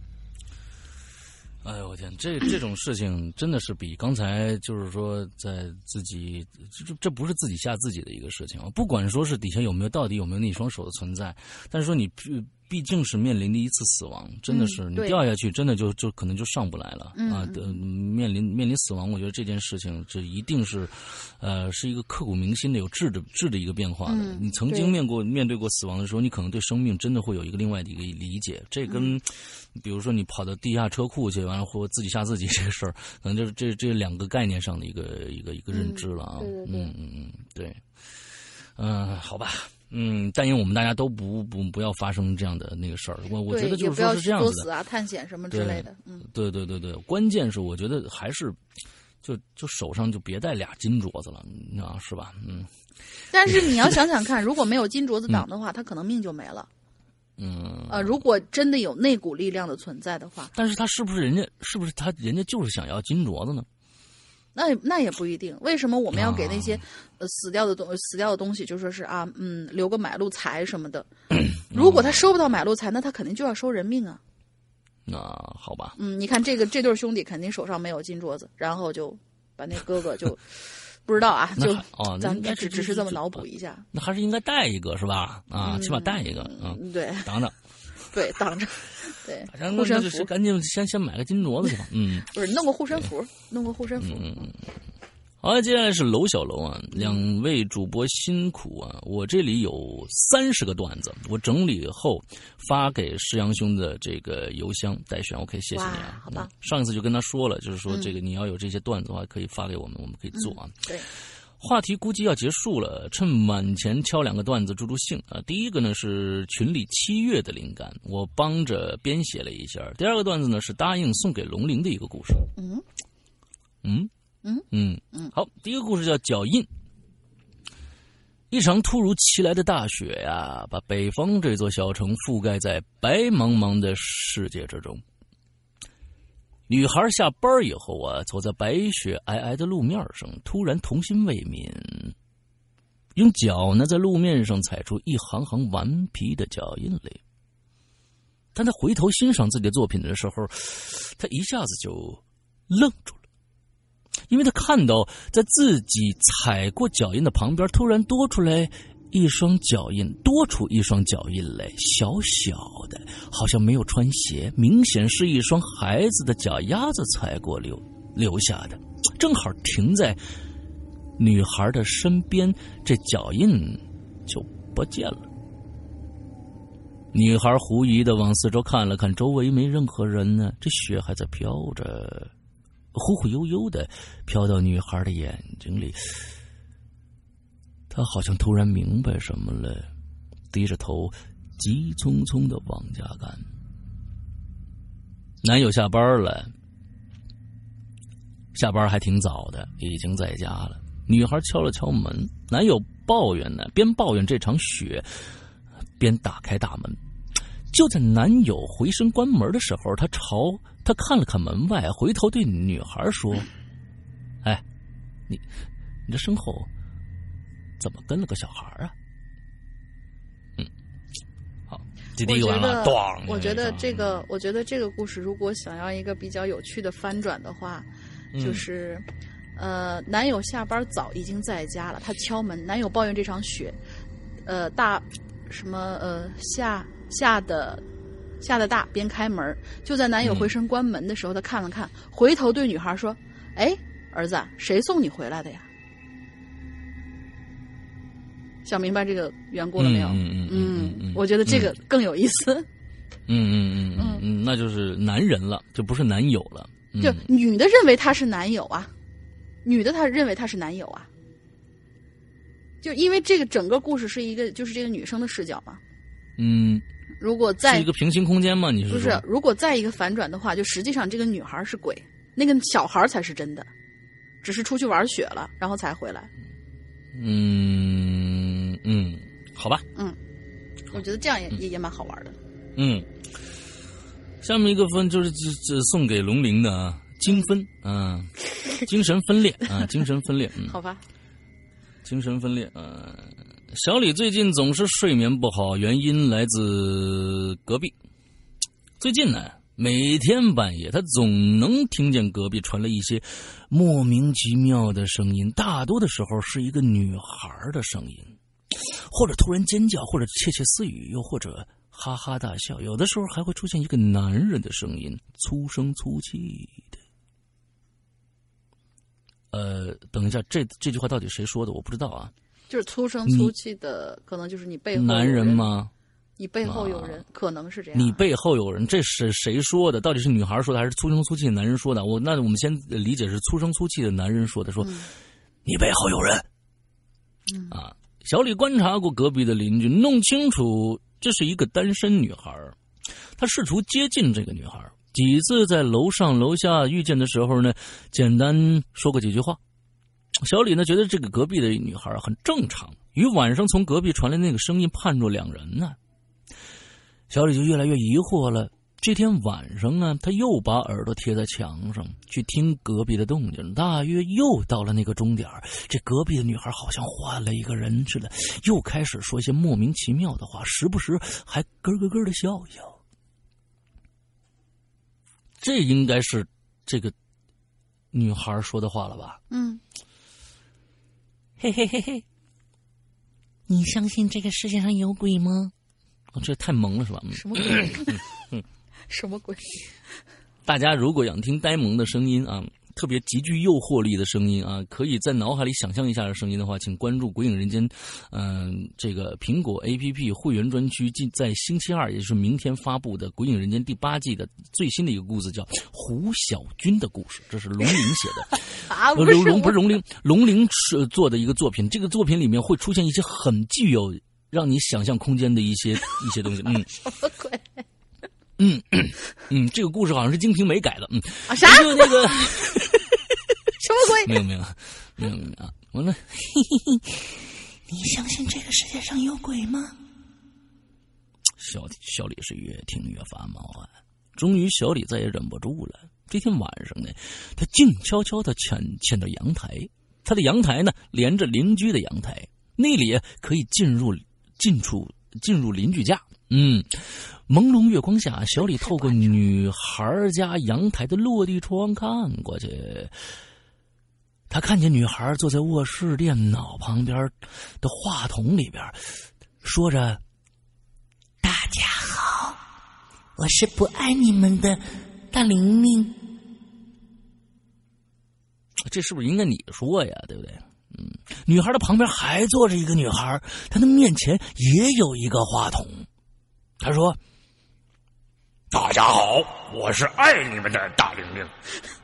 哎呦我天，这这种事情真的是比刚才就是说在自己这这不是自己吓自己的一个事情啊！不管说是底下有没有到底有没有那双手的存在，但是说你毕竟是面临的一次死亡，真的是、嗯、你掉下去，真的就就可能就上不来了、嗯、啊！的面临面临死亡，我觉得这件事情这一定是，呃，是一个刻骨铭心的、有质的质的一个变化的。嗯、你曾经面过面对过死亡的时候，你可能对生命真的会有一个另外的一个理解。这跟、嗯、比如说你跑到地下车库去，完了或自己吓自己这个事儿，可能就是这这两个概念上的一个一个一个认知了啊。 嗯嗯嗯嗯，对，嗯、呃，好吧。嗯，但愿我们大家都不不不要发生这样的那个事儿。我我觉得就是说是这样子的， 作死啊、探险什么之类的。嗯， 对对对对，关键是我觉得还是就就手上就别带俩金镯子了，你知道是吧？嗯。 但是你要想想看，如果没有金镯子挡的话，他可能命就没了。 嗯。 呃，如果真的有那股力量的存在的话， 但是他是不是人家是不是他人家就是想要金镯子呢？ 那那也不一定。为什么我们要给那些、啊、呃死掉的东死掉的东西就说是啊嗯留个买路财什么的？如果他收不到买路财，那他肯定就要收人命啊。 那好吧。 嗯，你看这个这对兄弟肯定手上没有金镯子，然后就把那哥哥就不知道啊，就哦， 咱们只只是这么脑补一下。 那还是应该带一个是吧？啊，嗯、起码带一个啊。 嗯，对， 挡挡。 对，挡着。对， 护身符，赶紧先先买个金镯子去吧。嗯， 不是，弄个护身符，弄个护身符。 嗯，好，接下来是楼小楼啊，两位主播辛苦啊！我这里有三十个段子，我整理后发给施阳兄的这个邮箱待选 ，OK， 谢谢你啊。 好吧、 嗯。上一次就跟他说了，就是说这个你要有这些段子的话，可以发给我们，我们可以做啊。 嗯、对。 话题估计要结束了，趁晚前敲两个段子助助兴啊。第一个呢是群里七月的灵感，我帮着编写了一下。第二个段子呢是答应送给龙鳞的一个故事。 嗯嗯嗯嗯嗯。好，第一个故事叫脚印。一场突如其来的大雪呀，把北方这座小城覆盖在白茫茫的世界之中。女孩下班以后啊，走在白雪皑皑的路面上，突然童心未泯，用脚呢在路面上踩出一行行顽皮的脚印来。但他回头欣赏自己的作品的时候，他一下子就愣住了，因为他看到在自己踩过脚印的旁边突然多出来一双脚印，多出一双脚印来，小小的，好像没有穿鞋，明显是一双孩子的脚丫子踩过留留下的，正好停在女孩的身边，这脚印就不见了。女孩狐疑的往四周看了看，周围没任何人呢，这雪还在飘着，忽忽悠悠的飘到女孩的眼睛里。他好像突然明白什么了，低着头急匆匆的往家赶。男友下班了， 下班还挺早的，已经在家了。女孩敲了敲门，男友抱怨呢，边抱怨这场雪，边打开大门。就在男友回身关门的时候，他朝他看了看门外，回头对女孩说：“哎，你你这身后怎么跟了个小孩啊？”嗯，好，这第一个完了。咣！ 我觉得这个，我觉得这个故事，如果想要一个比较有趣的翻转的话，嗯、就是，呃，男友下班早，已经在家了，他敲门，男友抱怨这场雪，呃，大什么呃下下的下的大，边开门，就在男友回身关门的时候，嗯、他看了看，回头对女孩说：“哎，儿子，谁送你回来的呀？”想明白这个缘故了没有？ 嗯嗯嗯嗯， 我觉得这个更有意思。 嗯嗯嗯嗯嗯，那就是男人了，就不是男友了。嗯、 就女的认为他是男友啊，女的她认为他是男友啊。就因为这个整个故事是一个，就是这个女生的视角嘛。 嗯。 如果再是一个平行空间吗？你是说？ 不是，如果再一个反转的话，就实际上这个女孩是鬼，那个小孩才是真的，只是出去玩雪了，然后才回来。 嗯嗯，好吧。 嗯，我觉得这样也、嗯、也也蛮好玩的。 嗯，下面一个分就是这这送给龙鳞的啊，精分啊，精神分裂啊，精神分裂。嗯， 好吧， 精神分裂啊。小李最近总是睡眠不好，原因来自隔壁。最近呢，每天半夜他总能听见隔壁传来一些莫名其妙的声音，大多的时候是一个女孩的声音，或者突然尖叫，或者窃窃私语，又或者哈哈大笑，有的时候还会出现一个男人的声音，粗声粗气的。呃，等一下，这这句话到底谁说的？我不知道啊。 就是粗声粗气的，可能就是你背后有人男人吗？ 你背后有人，啊、可能是这样。 你背后有人，这是谁说的？到底是女孩说的，还是粗声粗气的男人说的？我那我们先理解是粗声粗气的男人说的，说、嗯、你背后有人。嗯、啊，小李观察过隔壁的邻居，弄清楚这是一个单身女孩。他试图接近这个女孩，几次在楼上楼下遇见的时候呢，简单说过几句话。小李呢觉得这个隔壁的女孩很正常，与晚上从隔壁传来那个声音判若两人呢、啊。小李就越来越疑惑了。这天晚上啊，他又把耳朵贴在墙上去听隔壁的动静，大约又到了那个钟点，这隔壁的女孩好像换了一个人似的，又开始说一些莫名其妙的话，时不时还咯咯咯的笑笑。这应该是这个女孩说的话了吧？ 嗯。 嘿嘿嘿嘿，你相信这个世界上有鬼吗？ 哦、这太萌了是吧？ 什么鬼？嗯、什么鬼？ 大家如果想听呆萌的声音啊，特别极具诱惑力的声音啊，可以在脑海里想象一下的声音的话，请关注《鬼影人间》嗯、呃，这个苹果 A P P 会员专区，在星期二，也就是明天发布的《鬼影人间》第八季的最新的一个故事，叫胡小军的故事，这是龙鳞写的。 啊，不是龙不是龙鳞，龙鳞是做的一个作品。这个作品里面会出现一些很具有让你想象空间的一些一些东西。嗯， 什么鬼？ 嗯嗯嗯，这个故事好像是《金瓶梅》改的。嗯啊啥？ 就那个什么鬼？ 没有没有没有没有啊！完了， 你相信这个世界上有鬼吗？ 小小李是越听越发毛啊！终于，小李再也忍不住了。这天晚上呢，他静悄悄地潜潜到阳台。他的阳台呢，连着邻居的阳台，那里可以进入进出进入邻居家。嗯，朦胧月光下，小李透过女孩家阳台的落地窗看过去，他看见女孩坐在卧室电脑旁边的话筒里边，说着：“ 大家好，我是不爱你们的大玲玲。” 这是不是应该你说呀？对不对？嗯，女孩的旁边还坐着一个女孩，她的面前也有一个话筒。她说：“大家好，我是爱你们的大玲玲。”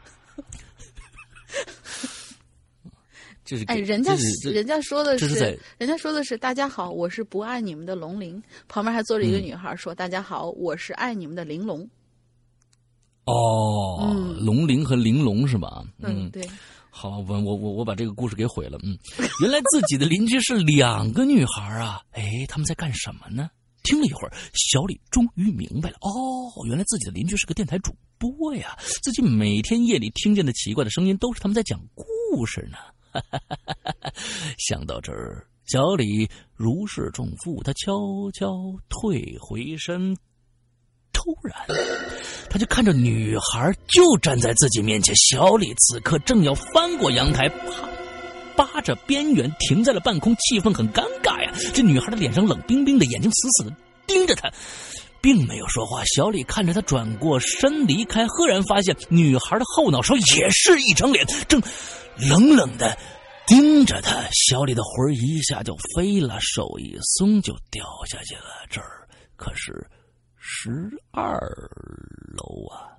这是哎，人家人家说的是， 是人家说的是大家好，我是不爱你们的龙鳞。旁边还坐着一个女孩说：“嗯、大家好，我是爱你们的玲珑。” 哦， 嗯龙鳞和玲珑是吧？ 嗯，对。 好，我我我我把这个故事给毁了。嗯，原来自己的邻居是两个女孩啊！哎，他们在干什么呢？听了一会儿，小李终于明白了。哦，原来自己的邻居是个电台主播呀！自己每天夜里听见的奇怪的声音，都是他们在讲故事呢。想到这儿，小李如释重负，他悄悄退回身。突然，他就看着女孩就站在自己面前。小李此刻正要翻过阳台，扒着边缘停在了半空，气氛很尴尬呀。这女孩的脸上冷冰冰的，眼睛死死的盯着他，并没有说话。小李看着他转过身离开，赫然发现女孩的后脑勺也是一张脸，正冷冷的盯着他。小李的魂一下就飞了，手一松就掉下去了。这儿可是十二楼啊！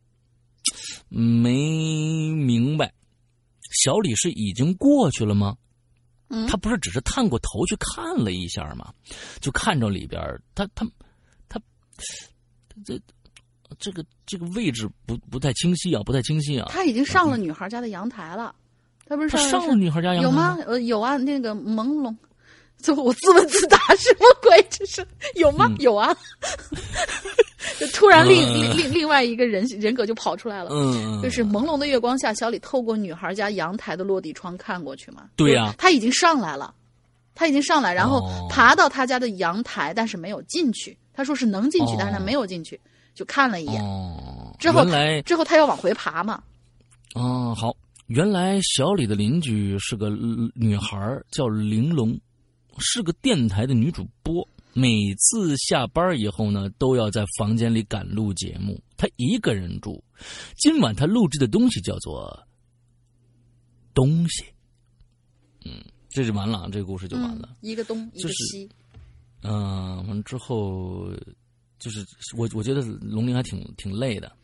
没明白，小李是已经过去了吗？ 嗯， 他不是只是探过头去看了一下吗？就看着里边，他他他这这个这个位置不不太清晰啊，不太清晰啊。 他已经上了女孩家的阳台了，他不是他上上了女孩家阳台有吗？呃，有啊，那个朦胧。就我自问自答，什么鬼？这是有吗？嗯、有啊！就突然另、嗯、另另另外一个人人格就跑出来了。嗯，就是朦胧的月光下，小李透过女孩家阳台的落地窗看过去嘛。 对呀、啊， 他已经上来了，他已经上来，然后爬到他家的阳台，但是没有进去。他说是能进去，哦、但是他没有进去，就看了一眼。哦，之后来之后他要往回爬嘛。 哦，好，原来小李的邻居是个女孩，叫玲珑。是个电台的女主播，每次下班以后呢，都要在房间里赶录节目。她一个人住，今晚她录制的东西叫做东西。嗯，这就完了，这个故事就完了。 嗯、一个东，一个西。 嗯、呃，完之后就是我，我觉得龙鳞还挺挺累的。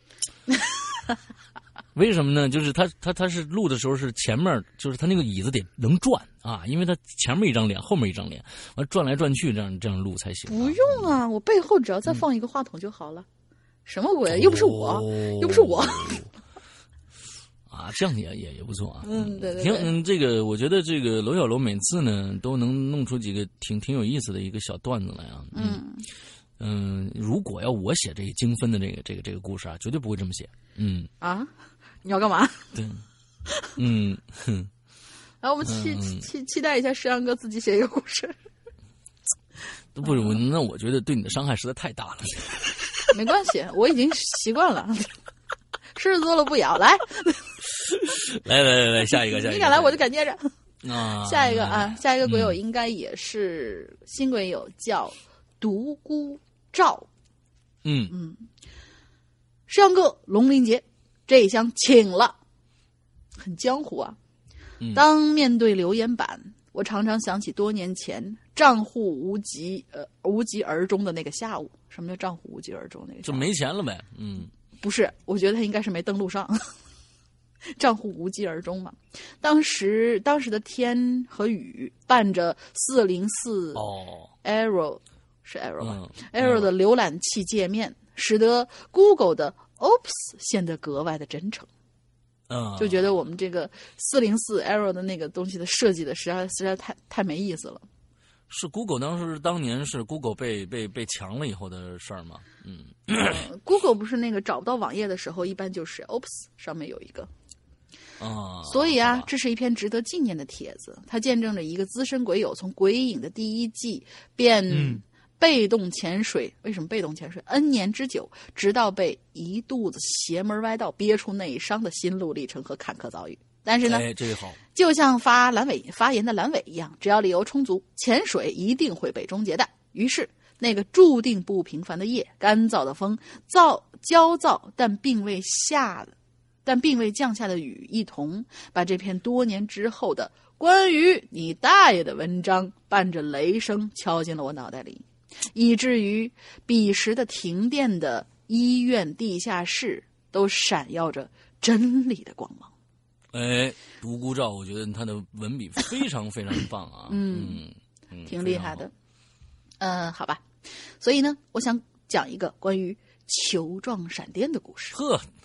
为什么呢？就是他他他是录的时候是前面，就是他那个椅子得能转啊，因为他前面一张脸，后面一张脸，完转来转去，这样这样录才行、啊。 不用啊，我背后只要再放一个话筒就好了。嗯、什么鬼？又不是我，哦、又不是我。 啊，这样也也也不错啊。 嗯，对对对。挺嗯，这个我觉得这个娄小楼每次呢都能弄出几个挺挺有意思的一个小段子来啊。嗯。嗯，如果要我写这个精分的这个这个这个故事啊，绝对不会这么写。嗯。 啊。你要干嘛？ 对，嗯，哼， 然后我们期、嗯、期期待一下石阳哥自己写一个故事。 不是，那我觉得对你的伤害实在太大了。 没关系，我已经习惯了。狮子座了不咬，来， 来来来来，下一个，下一个， 你敢来我就敢接着。 啊， 下一个啊，下一个鬼友应该也是新鬼友，叫独孤照。 嗯嗯，石阳哥，龙鳞节。这一箱请了，很江湖啊。 嗯、 当面对留言板，我常常想起多年前账户无疾呃无疾而终的那个下午。什么叫账户无疾而终？那个就没钱了呗。嗯， 不是，我觉得他应该是没登录上。账户无疾而终嘛。当时当时的天和雨伴着四零四哦 Arrow 是 Arrow 吧、 嗯、 ？Arrow 的浏览器界面，使得 Google 的Oops 显得格外的真诚， 嗯， 就觉得我们这个四零四 Arrow 的那个东西的设计的实在实在太太没意思了。 是 Google 当时当年是 Google 被被被强了以后的事儿吗？嗯、 呃、，Google 不是那个找不到网页的时候，一般就是 Oops 上面有一个啊， 所以啊，这是一篇值得纪念的帖子，它见证着一个资深鬼友从鬼影的第一季便。 嗯被动潜水，为什么被动潜水 N 年之久，直到被一肚子邪门歪道憋出内伤的心路历程和坎坷遭遇。但是呢， 哎，这个好， 就像发阑尾发言的阑尾一样，只要理由充足，潜水一定会被终结的。于是，那个注定不平凡的夜，干燥的风，燥焦躁但并未下的，但并未降下的雨，一同把这篇多年之后的关于你大爷的文章，伴着雷声敲进了我脑袋里。以至于彼时的停电的医院地下室都闪耀着真理的光芒。 哎，独孤照，我觉得他的文笔非常非常棒啊， 嗯，嗯挺厉害的。嗯、呃，好吧，所以呢，我想讲一个关于球状闪电的故事。 呵，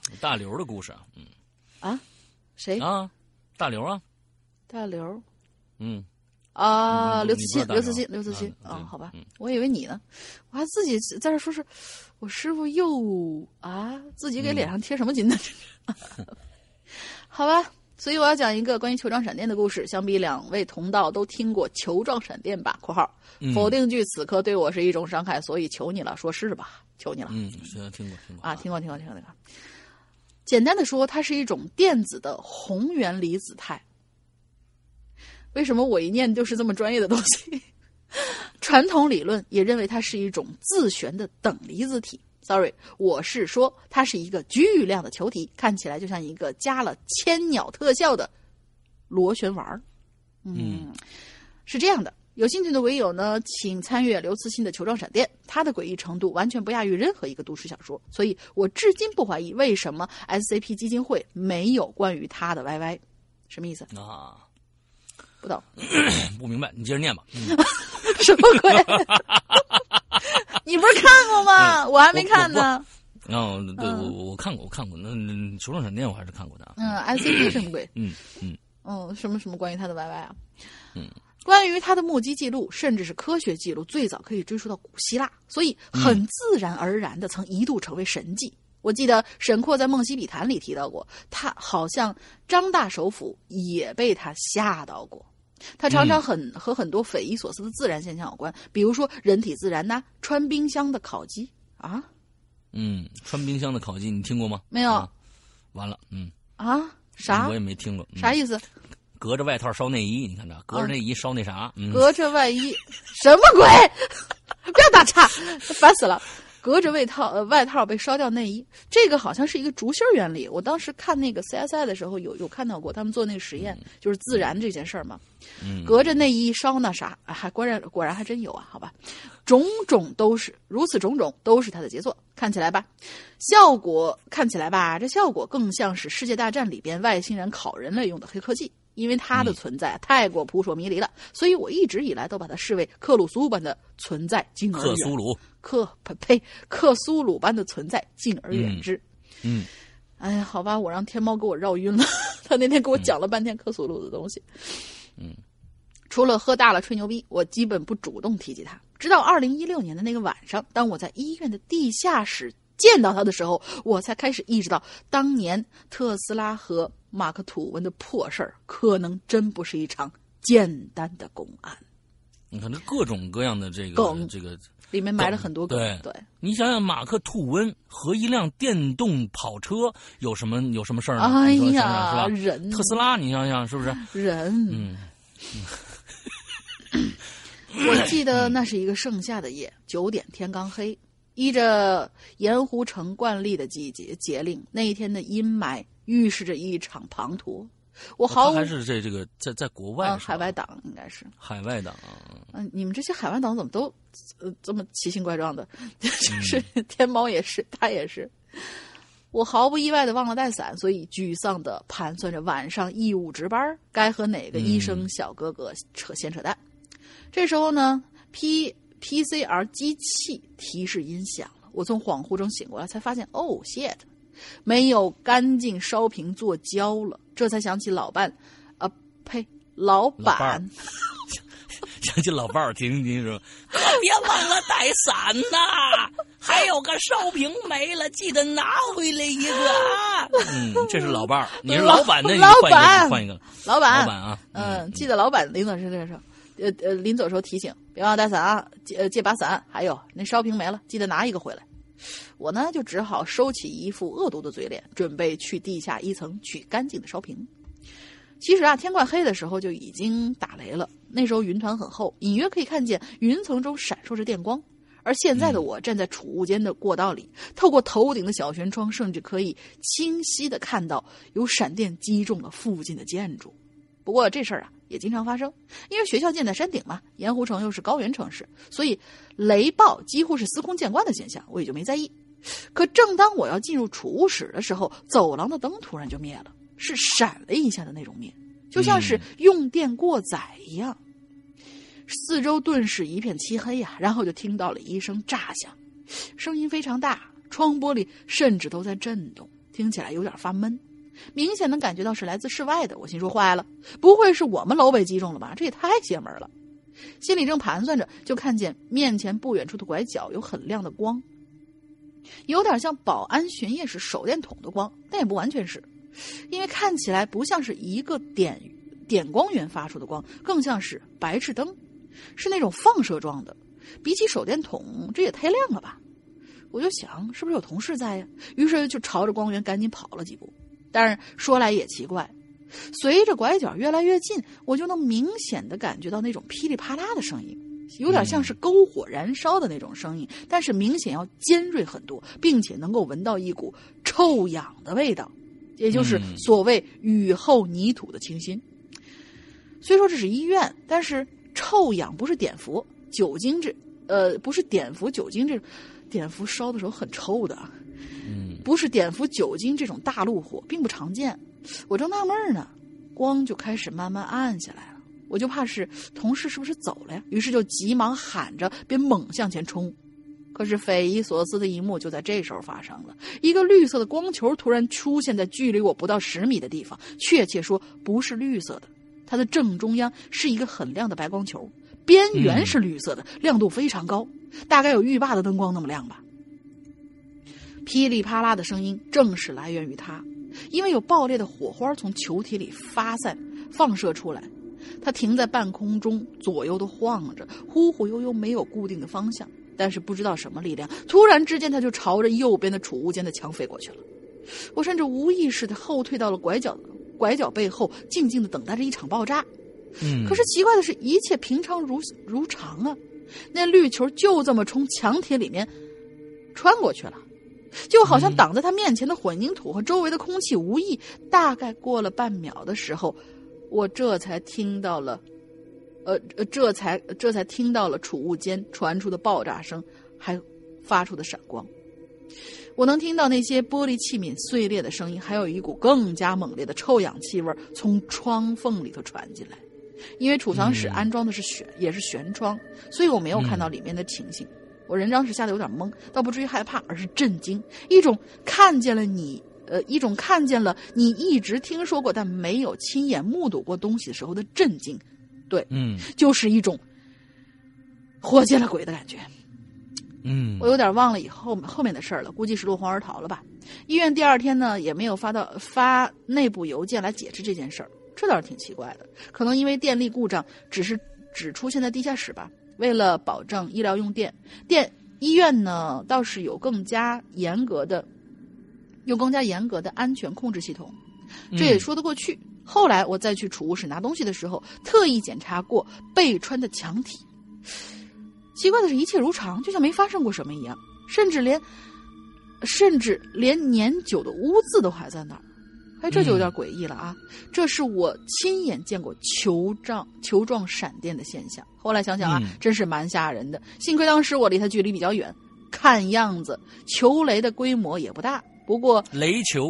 大刘的故事啊，嗯啊，谁啊？大刘啊， 大刘， 嗯啊， 嗯刘慈欣， 你不知道大刘慈欣， 刘刘慈欣啊对好吧嗯， 我以为你呢，我还自己在这说是，我师傅又啊，自己给脸上贴什么金呢？好吧。所以我要讲一个关于球状闪电的故事。相比两位同道都听过球状闪电吧（括号否定句此刻对我是一种伤害，所以求你了，说是吧？求你了。 嗯，是听过听过啊，听过听过听过听过。简单的说，它是一种电子的宏源离子态。为什么我一念就是这么专业的东西？传统理论也认为它是一种自旋的等离子体。Sorry， 我是说它是一个巨量的球体，看起来就像一个加了千鸟特效的螺旋丸。嗯， 嗯是这样的。有兴趣的鬼友呢，请参阅刘慈欣的《球状闪电》，它的诡异程度完全不亚于任何一个都市小说，所以我至今不怀疑为什么 S C P 基金会没有关于它的 Y Y。什么意思啊？ 不懂， 不明白，你接着念吧。嗯、 什么鬼？你不是看过吗？嗯、我还没看呢。 哦，对，嗯、我我看过，我看过。那《球状闪电》我还是看过的。 嗯 ，S C P 什么鬼？ 嗯嗯嗯，什么什么关于它的 Y Y 啊？ 嗯。 关于他的目击记录，甚至是科学记录，最早可以追溯到古希腊，所以很自然而然的曾一度成为神迹。嗯、我记得沈括在《梦溪笔谈》里提到过，他好像张大首府也被他吓到过。他常常很、嗯、和很多匪夷所思的自然现象有关，比如说人体自然呐、啊，穿冰箱的烤鸡啊， 嗯，穿冰箱的烤鸡你听过吗？ 没有。 啊、完了，嗯啊， 啥？ 我也没听过， 嗯、啥意思？ 隔着外套烧内衣，你看着，隔着内衣烧那啥，嗯、 隔着外衣，什么鬼？不要打岔，烦死了。隔着外套，呃，外套被烧掉内衣，这个好像是一个烛芯原理。我当时看那个 C S I 的时候有，有有看到过他们做那个实验，嗯、就是自燃这件事儿嘛。 嗯， 隔着内衣烧那啥，还果然果然还真有啊，好吧。种种都是如此，种种都是他的杰作。看起来吧，效果看起来吧，这效果更像是《世界大战》里边外星人烤人类用的黑科技。因为它的存在太过扑朔迷离了，嗯、所以我一直以来都把它视为克鲁苏般的存在，敬而远。 克苏鲁， 克呸，克苏鲁般的存在，敬而远之。 嗯， 哎呀，好吧，我让天猫给我绕晕了。他那天给我讲了半天克苏鲁的东西。 嗯， 除了喝大了吹牛逼，我基本不主动提及它。直到二零一六年的那个晚上，当我在医院的地下室见到他的时候，我才开始意识到，当年特斯拉和马克吐温的破事儿，可能真不是一场简单的公案。 你看，这各种各样的这个梗， 这个里面埋了很多梗。 对对， 你想想，马克吐温和一辆电动跑车有什么有什么事儿呢？ 哎呀， 想想是吧？ 人特斯拉，你想想是不是？ 人， 嗯。 我记得那是一个盛夏的夜，九点天刚黑。依着盐湖城惯例的季节节令，那一天的阴霾预示着一场滂沱。我毫无、 哦、还是这这个在在国外、 嗯，海外党应该是海外党啊。 嗯，你们这些海外党怎么都呃这么奇形怪状的？就是天猫也是，他也是。我毫不意外的忘了带伞，所以沮丧的盘算着晚上义务值班该和哪个医生小哥哥扯闲扯淡。嗯、这时候呢 ，P P C R 机器提示音响了，我从恍惚中醒过来，才发现哦 shit， 没有干净烧瓶做胶了，这才想起老伴，啊呸，老板， 想起老伴儿，听听说，可别忘了带伞呐，还有个烧瓶没了，记得拿回来一个啊。嗯，这是老伴儿，你是老板的， 老板换一个， 老板， 老板啊， 嗯，嗯记得老板临走时的时候。呃呃，临走时候提醒，别忘了带伞啊，借呃借把伞，还有那烧瓶没了，记得拿一个回来。我呢就只好收起一副恶毒的嘴脸，准备去地下一层取干净的烧瓶。其实啊，天快黑的时候就已经打雷了，那时候云团很厚，隐约可以看见云层中闪烁着电光。而现在的我站在储物间的过道里，透过头顶的小舷窗，甚至可以清晰地看到有闪电击中了附近的建筑。不过这事儿啊也经常发生，因为学校建在山顶嘛，盐湖城又是高原城市，所以雷暴几乎是司空见惯的现象，我也就没在意。可正当我要进入储物室的时候，走廊的灯突然就灭了，是闪了一下的那种灭，就像是用电过载一样。嗯、四周顿时一片漆黑呀、啊，然后就听到了一声炸响，声音非常大，窗玻璃甚至都在震动。 听起来有点发闷，明显能感觉到是来自室外的。我心说坏了，不会是我们楼被击中了吧？这也太邪门了。心里正盘算着，就看见面前不远处的拐角有很亮的光，有点像保安巡夜时手电筒的光，但也不完全是，因为看起来不像是一个点点光源发出的光，更像是白炽灯，是那种放射状的。比起手电筒，这也太亮了吧。我就想是不是有同事在呀，于是就朝着光源赶紧跑了几步。但是说来也奇怪，随着拐角越来越近，我就能明显的感觉到那种噼里啪啦的声音，有点像是篝火燃烧的那种声音，但是明显要尖锐很多，并且能够闻到一股臭氧的味道，也就是所谓雨后泥土的清新。虽说这是医院，但是臭氧不是碘伏、酒精这呃不是碘伏、酒精这种，碘伏烧的时候很臭的，嗯，不是碘伏、酒精这种大陆火并不常见。我正纳闷呢，光就开始慢慢暗下来了。我就怕是同事是不是走了呀？于是就急忙喊着，便猛向前冲。可是匪夷所思的一幕就在这时候发生了，一个绿色的光球突然出现在距离我不到十米的地方，确切说不是绿色的，它的正中央是一个很亮的白光球，边缘是绿色的，亮度非常高，大概有浴霸的灯光那么亮吧。噼里啪啦的声音正是来源于它，因为有爆裂的火花从球体里发散放射出来，它停在半空中左右都晃着，忽忽悠悠没有固定的方向，但是不知道什么力量，突然之间它就朝着右边的储物间的墙飞过去了。我甚至无意识地后退到了拐角拐角背后，静静地等待着一场爆炸。嗯，可是奇怪的是，一切平常如如常啊，那绿球就这么从墙体里面穿过去了，就好像挡在他面前的混凝土和周围的空气无异。大概过了半秒的时候，我这才听到了，呃，这才这才听到了储物间传出的爆炸声，还发出的闪光。我能听到那些玻璃器皿碎裂的声音，还有一股更加猛烈的臭氧气味从窗缝里头传进来。因为储藏室安装的是悬，也是悬窗，所以我没有看到里面的情形。我人当时吓得有点懵，倒不至于害怕，而是震惊，一种看见了你，呃，一种看见了你一直听说过但没有亲眼目睹过东西的时候的震惊。对，嗯，就是一种活见了鬼的感觉。嗯，我有点忘了以后后面的事儿了，估计是落荒而逃了吧。医院第二天呢，也没有发到发内部邮件来解释这件事儿，这倒是挺奇怪的。可能因为电力故障，只是只出现在地下室吧。为了保证医疗用电，电医院呢倒是有更加严格的、有更加严格的安全控制系统，这也说得过去。嗯、后来我再去储物室拿东西的时候，特意检查过被穿的墙体。奇怪的是，一切如常，就像没发生过什么一样，甚至连甚至连年久的污渍都还在那儿。哎，这就有点诡异了啊！嗯、这是我亲眼见过球状球状闪电的现象。后来想想啊，嗯、真是蛮吓人的。幸亏当时我离它距离比较远，看样子球雷的规模也不大。不过雷球，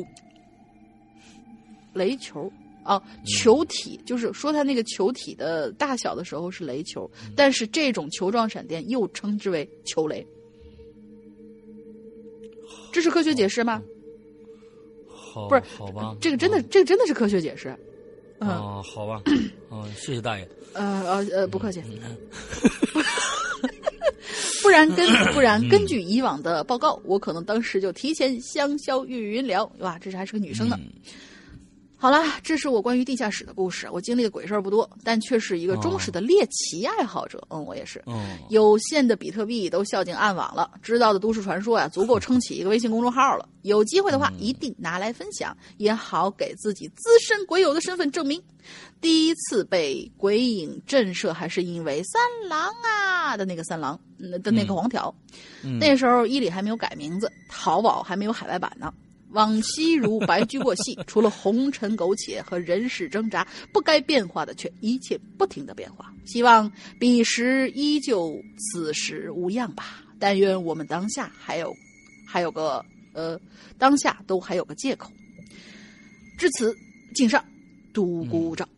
雷球啊，球体、嗯、就是说它那个球体的大小的时候是雷球，嗯、但是这种球状闪电又称之为球雷。这是科学解释吗？ 好， 不是， 好吧， 这个真的，嗯、这个真的是科学解释。 嗯，哦、好吧，嗯，谢谢大爷。 呃呃呃，不客气。嗯、不然根不然根据以往的报告，我可能当时就提前香消玉殒了。哇，这是还是个女生呢。嗯、好了，这是我关于地下室的故事。我经历的鬼事儿不多，但却是一个忠实的猎奇爱好者。哦、嗯，我也是。嗯，有限的比特币都孝敬暗网了，知道的都市传说呀，足够撑起一个微信公众号了。有机会的话，一定拿来分享，也好给自己资深鬼友的身份证明。第一次被鬼影震慑，还是因为三郎啊的那个三郎的那个黄条。嗯、那时候伊里还没有改名字，淘宝还没有海外版呢。往昔如白驹过隙，除了红尘苟且和人世挣扎，不该变化的却一切不停的变化。希望彼时依旧，此时无恙吧。但愿我们当下还有还有个呃，当下都还有个借口。至此，敬上独孤照。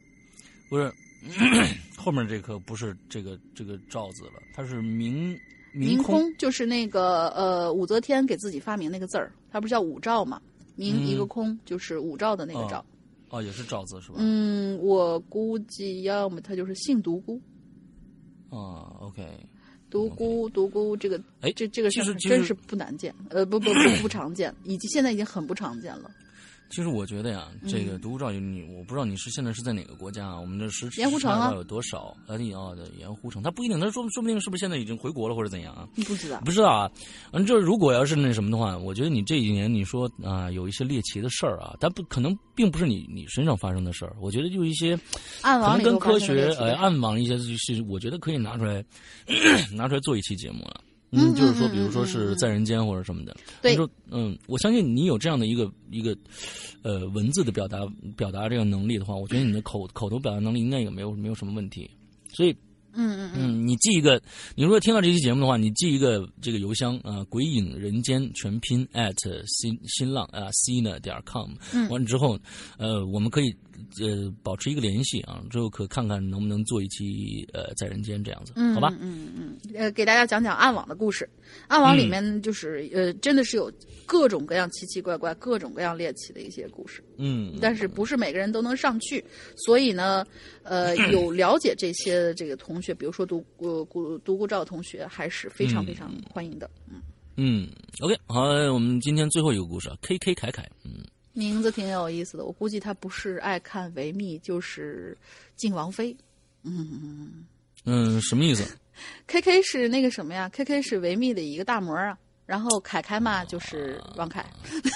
不是，后面这个不是这个这个照字了，它是明明空就是那个呃武则天给自己发明那个字儿，他不是叫武曌嘛？明一个空，就是武曌的那个曌。 哦，哦也是曌字是吧？ 嗯，我估计要么他就是姓独孤。 哦 ，OK。 独孤，独孤这个， 哎， 这这个其实真是不难见，呃，不不不不常见，以及现在已经很不常见了。 其实我觉得呀，这个独孤曌，你我不知道你是现在是在哪个国家啊？我们的时盐湖城啊有多少？啊，哦的盐湖城，他不一定，他说说不定是不是现在已经回国了或者怎样啊？ 不知道， 不知道啊。嗯，这如果要是那什么的话，我觉得你这几年你说啊有一些猎奇的事儿啊，但不可能并不是你你身上发生的事儿，我觉得就一些暗网里可能跟科学呃暗网一些是我觉得可以拿出来拿出来做一期节目了。嗯，就是说，比如说是在人间或者什么的。 对， 说嗯，我相信你有这样的一个一个，呃，文字的表达表达这个能力的话，我觉得你的口口头表达能力应该也没有没有什么问题。所以， 嗯嗯嗯，你寄一个，你如果听到这期节目的话，你寄一个这个邮箱啊，鬼影人间全拼 at 新新浪啊 sina 点 com， 完了之后，呃，我们可以。呃，保持一个联系啊，之后可看看能不能做一期呃在人间这样子， 嗯、 好吧？ 嗯嗯嗯，呃，给大家讲讲暗网的故事。暗网里面就是、嗯、呃，真的是有各种各样奇奇怪怪、各种各样猎奇的一些故事。 嗯， 但是不是每个人都能上去，所以呢，呃，有了解这些的这个同学，比如说独孤孤独孤曌同学，还是非常非常欢迎的。嗯嗯 ，OK， 好，我们今天最后一个故事啊 ，K K 凯凯，嗯。 名字挺有意思的，我估计他不是爱看维密，就是敬王妃。嗯嗯，什么意思 ？K K 是那个什么呀 ？K K 是维密的一个大模啊，然后凯凯嘛就是王凯。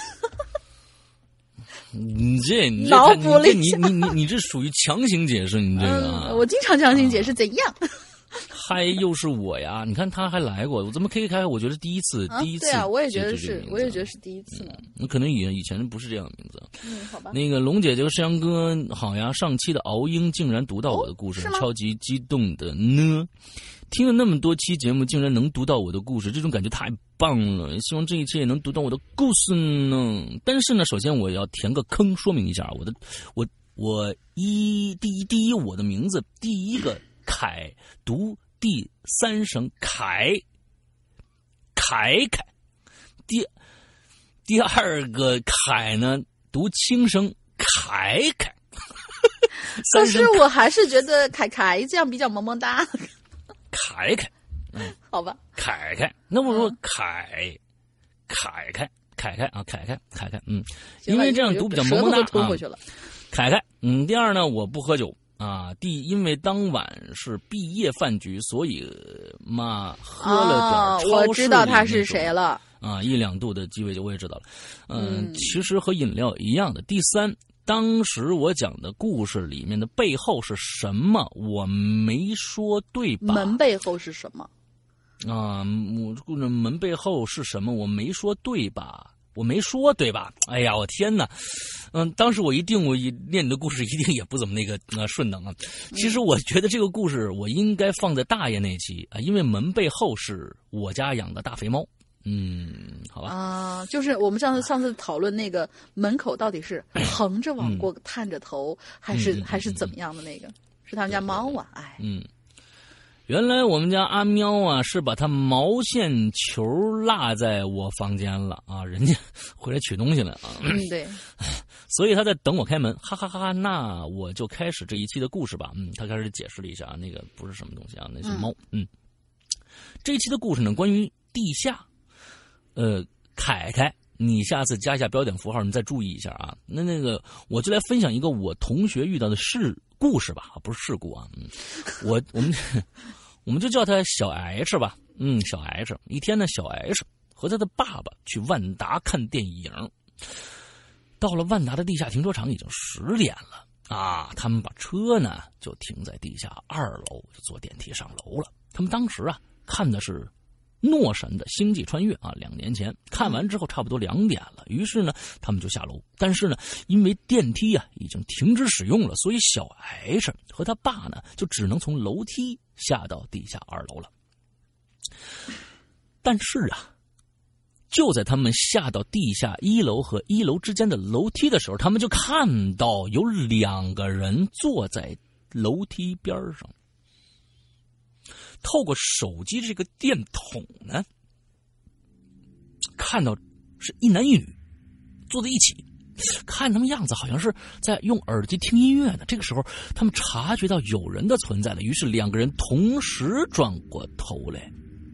你这你脑补了一下， 你你你你这属于强行解释，你这个、啊嗯。我经常强行解释，怎样？ 嗨，又是我呀！你看他还来过，我怎么 K K 开？我觉得第一次， 啊、 第一次。 对啊，我也觉得是，我也觉得是第一次呢。 嗯，可能以以前不是这样的名字。 嗯，好吧。 那个龙姐姐和山羊哥好呀，上期的敖英竟然读到我的故事， 哦、 超级激动的呢。听了那么多期节目，竟然能读到我的故事，这种感觉太棒了！希望这一期也能读到我的故事呢。但是呢，首先我要填个坑，说明一下，我的我我一第一第一我的名字第一个凯读。第三声凯凯凯，第第二个凯呢读轻声凯凯， 但是我还是觉得凯凯这样比较萌萌哒。 凯凯，嗯， 好吧， 凯凯，那我说凯凯凯凯凯啊，凯凯凯凯，嗯，因为这样读比较萌萌哒啊。凯凯，嗯，第二呢，我不喝酒。啊，第因为当晚是毕业饭局，所以嘛喝了点超市、 哦、我知道他是谁了。 啊，一两度的鸡尾酒我也知道了。嗯，嗯其实和饮料一样的。第三，当时我讲的故事里面的背后是什么？我没说对吧？ 门背后是什么？ 啊，我门背后是什么？我没说对吧？我没说对吧？哎呀，我天哪！嗯，当时我一定我一念你的故事一定也不怎么那个呃顺当啊。其实我觉得这个故事我应该放在大爷那期啊，因为门背后是我家养的大肥猫。嗯，好吧。 啊，就是我们上次上次讨论那个门口到底是横着往过探着头，嗯、还是、嗯、还是怎么样的那个？是他们家猫啊，哎。 嗯。原来我们家阿喵啊是把它毛线球落在我房间了啊，人家回来取东西了啊。 嗯，对。 所以他在等我开门，哈哈哈哈！那我就开始这一期的故事吧。嗯，他开始解释了一下啊，那个不是什么东西啊，那是猫。嗯，这一期的故事呢，关于地下。呃，凯凯，你下次加一下标点符号，你再注意一下啊。那那个，我就来分享一个我同学遇到的事故事吧，不是事故啊。嗯，我我们。我们就叫他小 H 吧，嗯，小 H。一天呢，小 H 和他的爸爸去万达看电影。到了万达的地下停车场，已经十点了啊！他们把车呢就停在地下二楼，就坐电梯上楼了。他们当时啊看的是诺神的《星际穿越》啊，两年前看完之后差不多两点了，于是呢他们就下楼。但是呢，因为电梯啊已经停止使用了，所以小 H 和他爸呢就只能从楼梯下到地下二楼了。但是啊，就在他们下到地下一楼和一楼之间的楼梯的时候，他们就看到有两个人坐在楼梯边上。 透过手机这个电筒呢，看到是一男一女坐在一起，看他们样子好像是在用耳机听音乐呢。这个时候他们察觉到有人的存在了，于是两个人同时转过头来。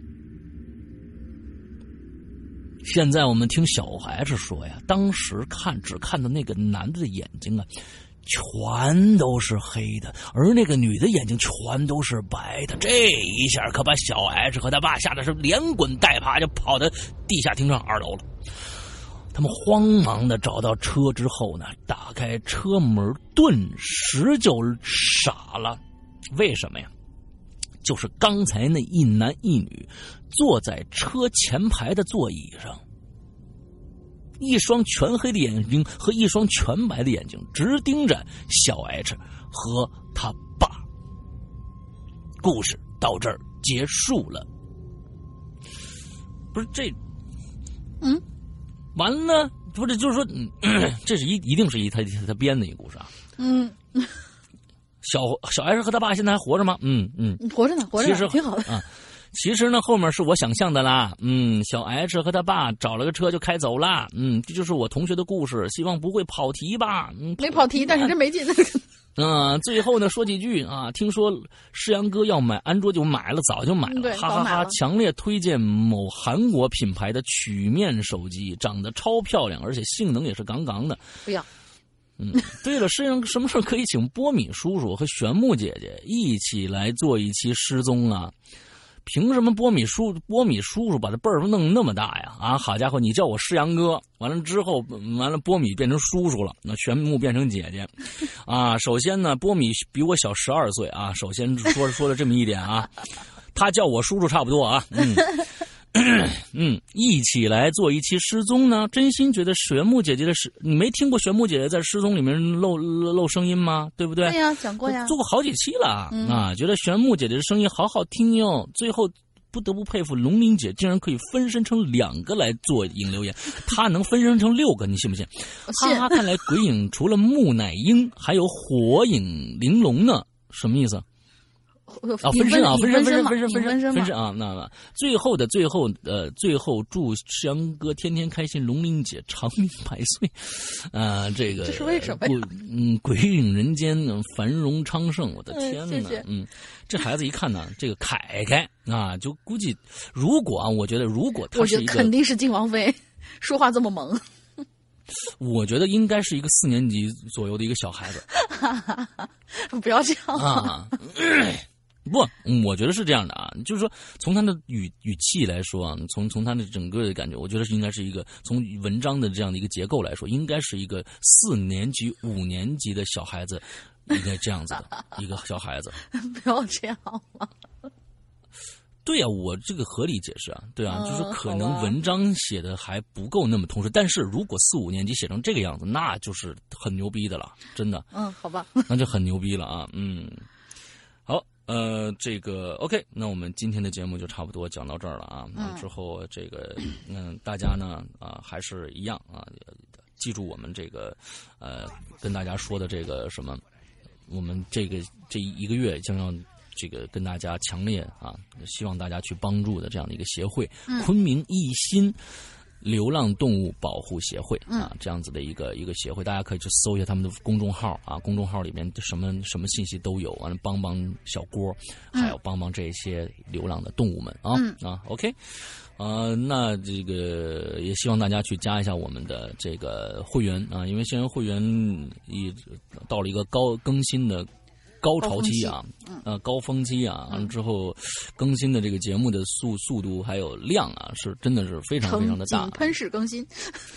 现在我们听小孩子说呀，当时看只看到那个男的的眼睛啊全都是黑的，而那个女的眼睛全都是白的。这一下可把小 H 和他爸吓得是连滚带爬就跑到地下停车场二楼了。他们慌忙的找到车之后呢，打开车门，顿时就傻了。为什么呀？就是刚才那一男一女坐在车前排的座椅上，一双全黑的眼睛和一双全白的眼睛直盯着小 H 和他爸。故事到这儿结束了。不是这， 嗯， 完了，不是就是说，嗯，这是一一定是一他他编的一个故事啊。 嗯。 小小 H 和他爸现在还活着吗？嗯嗯， 活着呢，活着呢， 其实挺好的啊。其实呢，后面是我想象的啦。嗯，小 H 和他爸找了个车就开走了。嗯，这就是我同学的故事，希望不会跑题吧？嗯， 没跑题，但是真没劲。 嗯、呃，最后呢，说几句啊。听说世阳哥要买安卓就买了，早就买了， 对， 哈哈哈！强烈推荐某韩国品牌的曲面手机，长得超漂亮，而且性能也是杠杠的。 不要。 嗯，对了，世阳什么时候可以请波米叔叔和玄木姐姐一起来做一期失踪啊？凭什么波米叔波米叔叔把这辈儿弄那么大呀？啊，好家伙，你叫我世阳哥，完了之后，完了波米变成叔叔了，那玄木变成姐姐，啊，首先呢，波米比我小十二岁啊，首先说说了这么一点啊，他叫我叔叔差不多啊，嗯。嗯，一起来做一期失踪呢？真心觉得玄木姐姐的失，你没听过玄木姐姐在失踪里面露露露声音吗？对不对？ 对呀，讲过呀， 做过好几期了、嗯、啊！觉得玄木姐姐的声音好好听哟。最后不得不佩服龙玲姐，竟然可以分身成两个来做引流言，她能分身成六个，你信不信？哈哈，看来鬼影除了木乃伊，还有火影玲珑呢，什么意思？啊，分身啊，分身，分身，分身，分身，分身啊！那么最后的最后，呃，最后祝世阳哥天天开心，龙玲姐长命百岁，啊、呃，这个这是为什么呀？ 嗯，鬼影人间繁荣昌盛，我的天哪！ 嗯，谢谢嗯，这孩子一看呢，这个凯凯啊，就估计如果啊，我觉得如果他是一个， 肯定是靖王妃，说话这么猛。 我觉得应该是一个四年级左右的一个小孩子。 不要这样啊！不，我觉得是这样的啊，就是说，从他的语语气来说啊，从从他的整个的感觉，我觉得是应该是一个从文章的这样的一个结构来说，应该是一个四年级、五年级的小孩子，应该这样子的一个小孩子。 不要这样嘛！ 对啊，我这个合理解释啊，对啊，嗯、就是可能文章写的还不够那么通顺，但是如果四五年级写成这个样子，那就是很牛逼的了，真的。 嗯，好吧， 那就很牛逼了啊，嗯。好，呃，这个 OK， 那我们今天的节目就差不多讲到这儿了啊。嗯、之后这个，嗯，大家呢啊还是一样啊，记住我们这个呃跟大家说的这个什么，我们这个这一个月将要这个跟大家强烈啊，希望大家去帮助的这样的一个协会，嗯、昆明一心流浪动物保护协会啊，这样子的一个一个协会，大家可以去搜一下他们的公众号啊，公众号里面什么什么信息都有，完了帮帮小郭，还有帮帮这些流浪的动物们啊、嗯、啊 ，OK， 呃，那这个也希望大家去加一下我们的这个会员啊，因为现在会员已到了一个高更新的高潮期啊，呃，高峰期啊，完了之后更新的这个节目的速速度还有量啊，是真的是非常非常的大。 井喷式更新，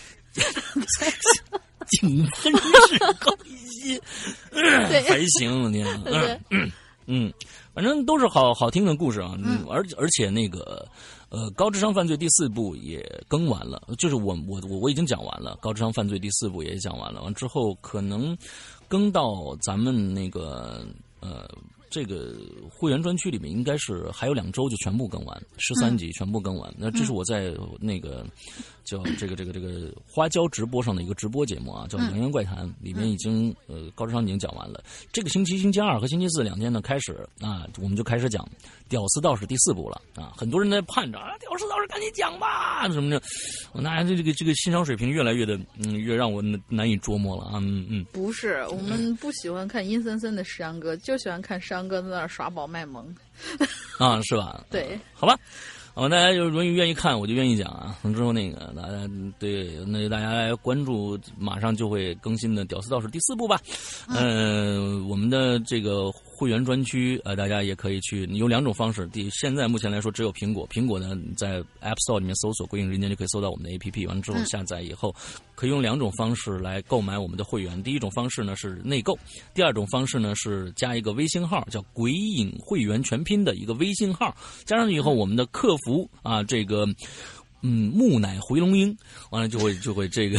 井喷式更新， 对， 还行，我天， 对嗯嗯，反正都是好好听的故事啊，嗯，而而且那个呃，高智商犯罪第四部也更完了，就是我我我我已经讲完了，高智商犯罪第四部也讲完了，完之后可能。更到咱们那个呃这个会员专区里面应该是还有两周就全部更完，十三集全部更完。嗯、那这是我在那个叫这个这个这个花椒直播上的一个直播节目啊，叫《洋洋怪谈》，嗯、里面已经呃高智商已经讲完了。这个星期星期二和星期四两天呢开始啊，我们就开始讲《屌丝道士》第四部了啊，很多人在盼着啊，《屌丝道士》赶紧讲吧什么的。那这个这个欣赏水平越来越的嗯越让我难以捉摸了啊嗯嗯。 不是，我们不喜欢看阴森森的石阳哥，就喜欢看石阳哥在那儿耍宝卖萌。 啊，是吧？ 对， 好吧。好，大家就如果愿意看，我就愿意讲啊。之后那个大家对，那大家来关注，马上就会更新的《屌丝道士》第四部吧。嗯、呃，我们的这个会员专区，呃，大家也可以去，有两种方式。第，现在目前来说只有苹果，苹果呢在 App Store 里面搜索“鬼影人间”就可以搜到我们的 A P P， 完了之后下载以后，可以用两种方式来购买我们的会员。第一种方式呢是内购，第二种方式呢是加一个微信号，叫“鬼影会员全拼”的一个微信号，加上去以后，我们的客服啊，这个嗯木乃回龙鹰，完了就会就会这个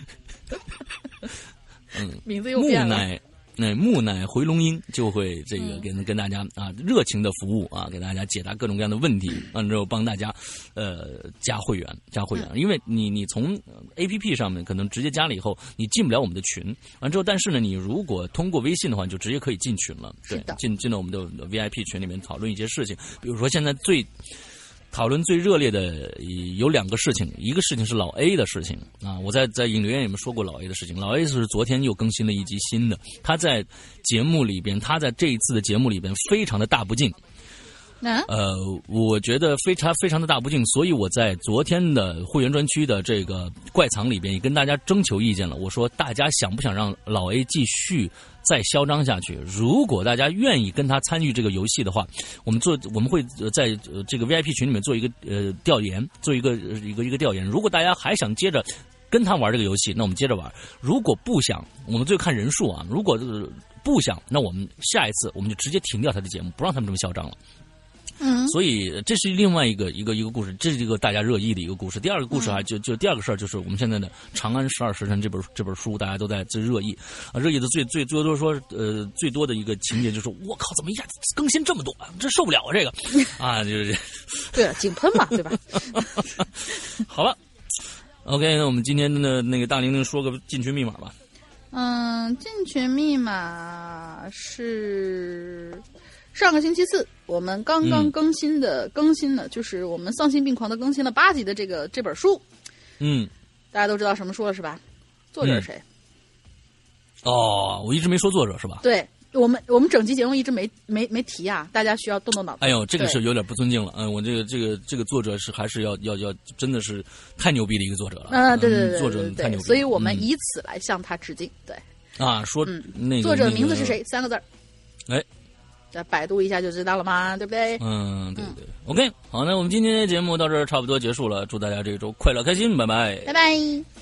嗯名字又变了。 木乃那木乃回龙鹰就会这个跟跟大家啊热情的服务啊，给大家解答各种各样的问题，完了之后帮大家呃加会员加会员，因为你你从 A P P 上面可能直接加了以后，你进不了我们的群，完之后但是呢，你如果通过微信的话，你就直接可以进群了，对，进进到我们的 V I P 群里面讨论一些事情，比如说现在最。讨论最热烈的有两个事情，一个事情是老 A 的事情啊，我在在影留言里面说过老 A 的事情。老 A 是昨天又更新了一集新的，他在节目里边，他在这一次的节目里边非常的大不敬。 啊、 呃，我觉得非常非常的大不敬，所以我在昨天的会员专区的这个怪藏里边也跟大家征求意见了。我说大家想不想让老 A 继续再嚣张下去？如果大家愿意跟他参与这个游戏的话，我们做我们会在这个 V I P 群里面做一个呃调研，做一个一个一个调研。如果大家还想接着跟他玩这个游戏，那我们接着玩；如果不想，我们最后看人数啊。如果、呃、不想，那我们下一次我们就直接停掉他的节目，不让他们这么嚣张了。嗯，所以这是另外一个一个一个故事，这是一个大家热议的一个故事。第二个故事啊，就就第二个事儿就是我们现在的《长安十二时辰》这本这本书，大家都在最热议啊，热议的最最最多说呃最多的一个情节就是我靠，怎么一下更新这么多，这受不了啊这个啊，就是对了，井喷嘛，对吧？ 好了 ，OK， 那我们今天的那个大玲玲说个进群密码吧。 嗯，进群密码是。上个星期四，我们刚刚更新的、嗯、更新了，就是我们丧心病狂的更新了八集的这个这本书。嗯，大家都知道什么书了是吧？作者是谁？ 嗯、哦，我一直没说作者是吧？ 对，我们我们整期节目一直没没没提啊，大家需要动动脑子。 哎呦，这个是有点不尊敬了。嗯，我这个这个这个作者是还是要要要，真的是太牛逼的一个作者了。 嗯，对对 对, 对, 对, 对， 作者太牛逼， 所以我们以此来向他致敬。对。 啊，说那个、 嗯、作者的名字是谁？那个、三个字儿。 哎。 再百度一下就知道了嘛，对不对？ 嗯，对对。嗯、OK， 好，那我们今天的节目到这儿差不多结束了，祝大家这周快乐开心，拜拜， 拜拜。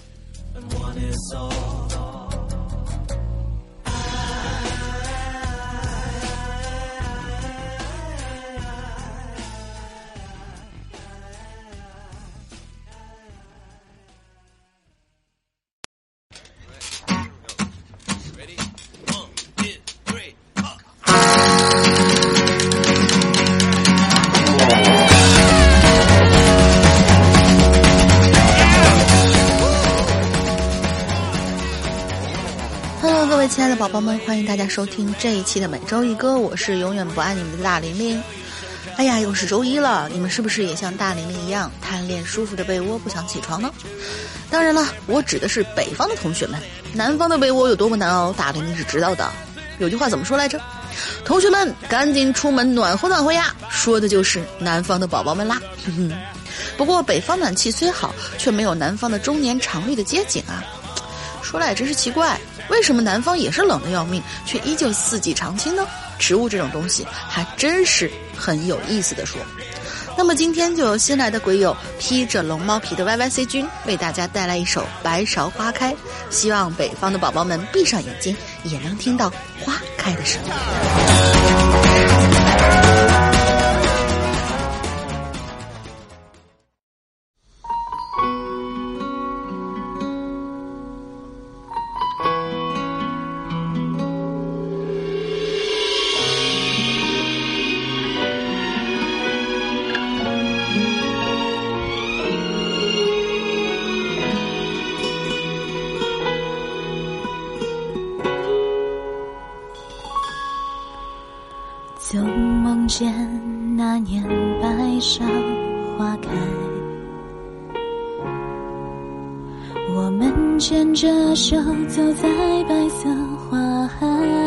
亲爱的宝宝们，欢迎大家收听这一期的每周一歌，我是永远不爱你们的大玲玲。哎呀，又是周一了，你们是不是也像大玲玲一样贪恋舒服的被窝不想起床呢？当然了，我指的是北方的同学们，南方的被窝有多么难熬，大玲玲是知道的。有句话怎么说来着？同学们赶紧出门暖和暖和呀，说的就是南方的宝宝们啦。哼哼。不过北方暖气虽好，却没有南方的终年常绿的街景啊。说来也真是奇怪，为什么南方也是冷的要命，却依旧四季常青呢？植物这种东西还真是很有意思的说。那么今天就由新来的鬼友披着龙猫皮的 Y Y C 君为大家带来一首《白芍花开》，希望北方的宝宝们闭上眼睛也能听到花开的声音。 总梦见那年白芍花开，我们牵着手走在白色花海，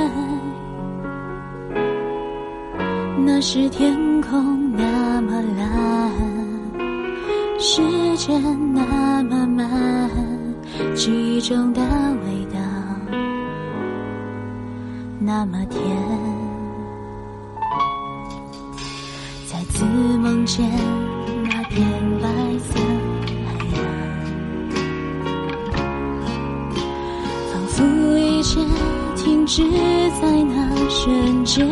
那时天空那么蓝，时间那么慢，记忆中的味道那么甜。再次梦见那片白色海洋，仿佛一切停止在那瞬间，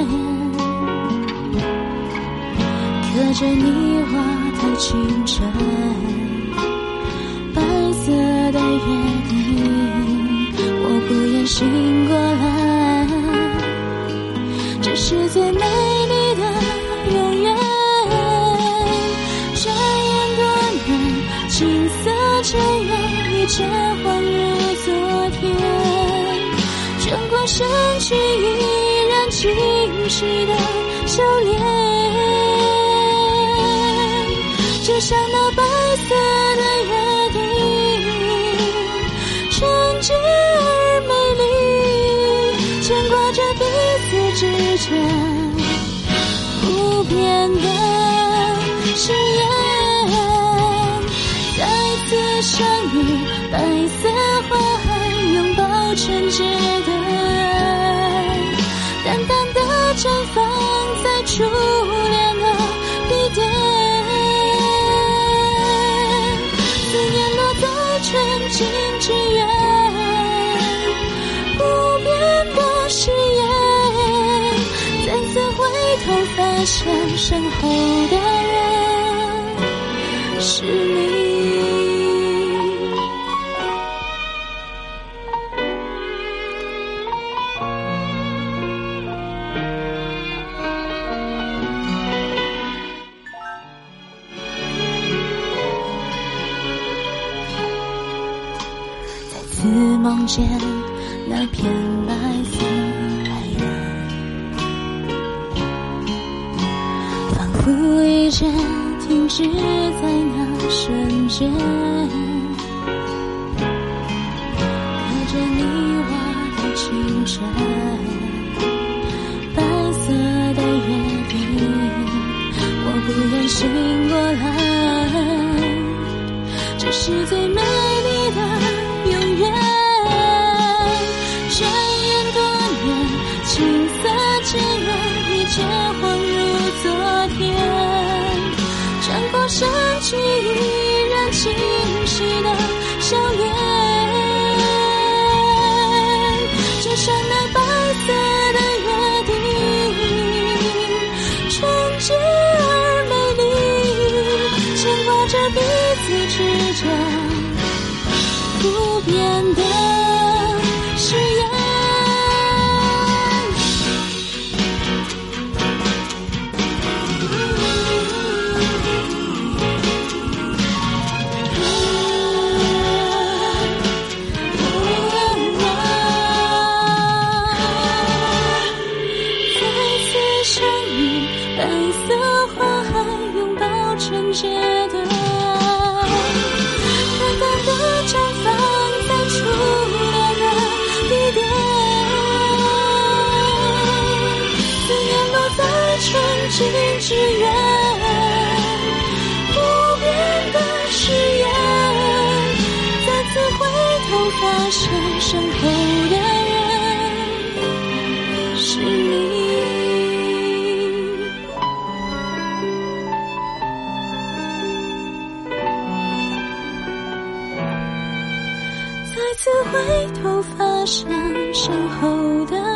刻着你我的青春，白色的约定，我不愿醒过来，这是最美丽的永远。转眼多年，青涩渐远，一切恍如昨天，转过身去，依然清晰的笑脸，就像那白色的约定，纯洁而美丽，牵挂着彼此之间不变的誓言。再次相遇，白色花海，拥抱纯洁的爱，淡淡的绽放在初恋的地点，思念落在纯净之源，不变的誓言。再次回头发现，身后的人是你。再次梦见那片白色海洋，仿佛一切停止在那瞬间，刻着你我的青春，白色的约定，我不愿醒过来，这是最美丽的永远。转眼多年，青涩渐远，一切恍如昨天，转过身去，依然清晰的笑脸，就像那白色的约定，纯洁而美丽，牵挂着彼此之间不变的誓言。再次相遇，白色花海，拥抱纯洁的爱，淡淡的绽放在初恋的地点，思念落在纯净之源，不变的誓言。再次回头发现，身后的人是你。再次回头发现，身后的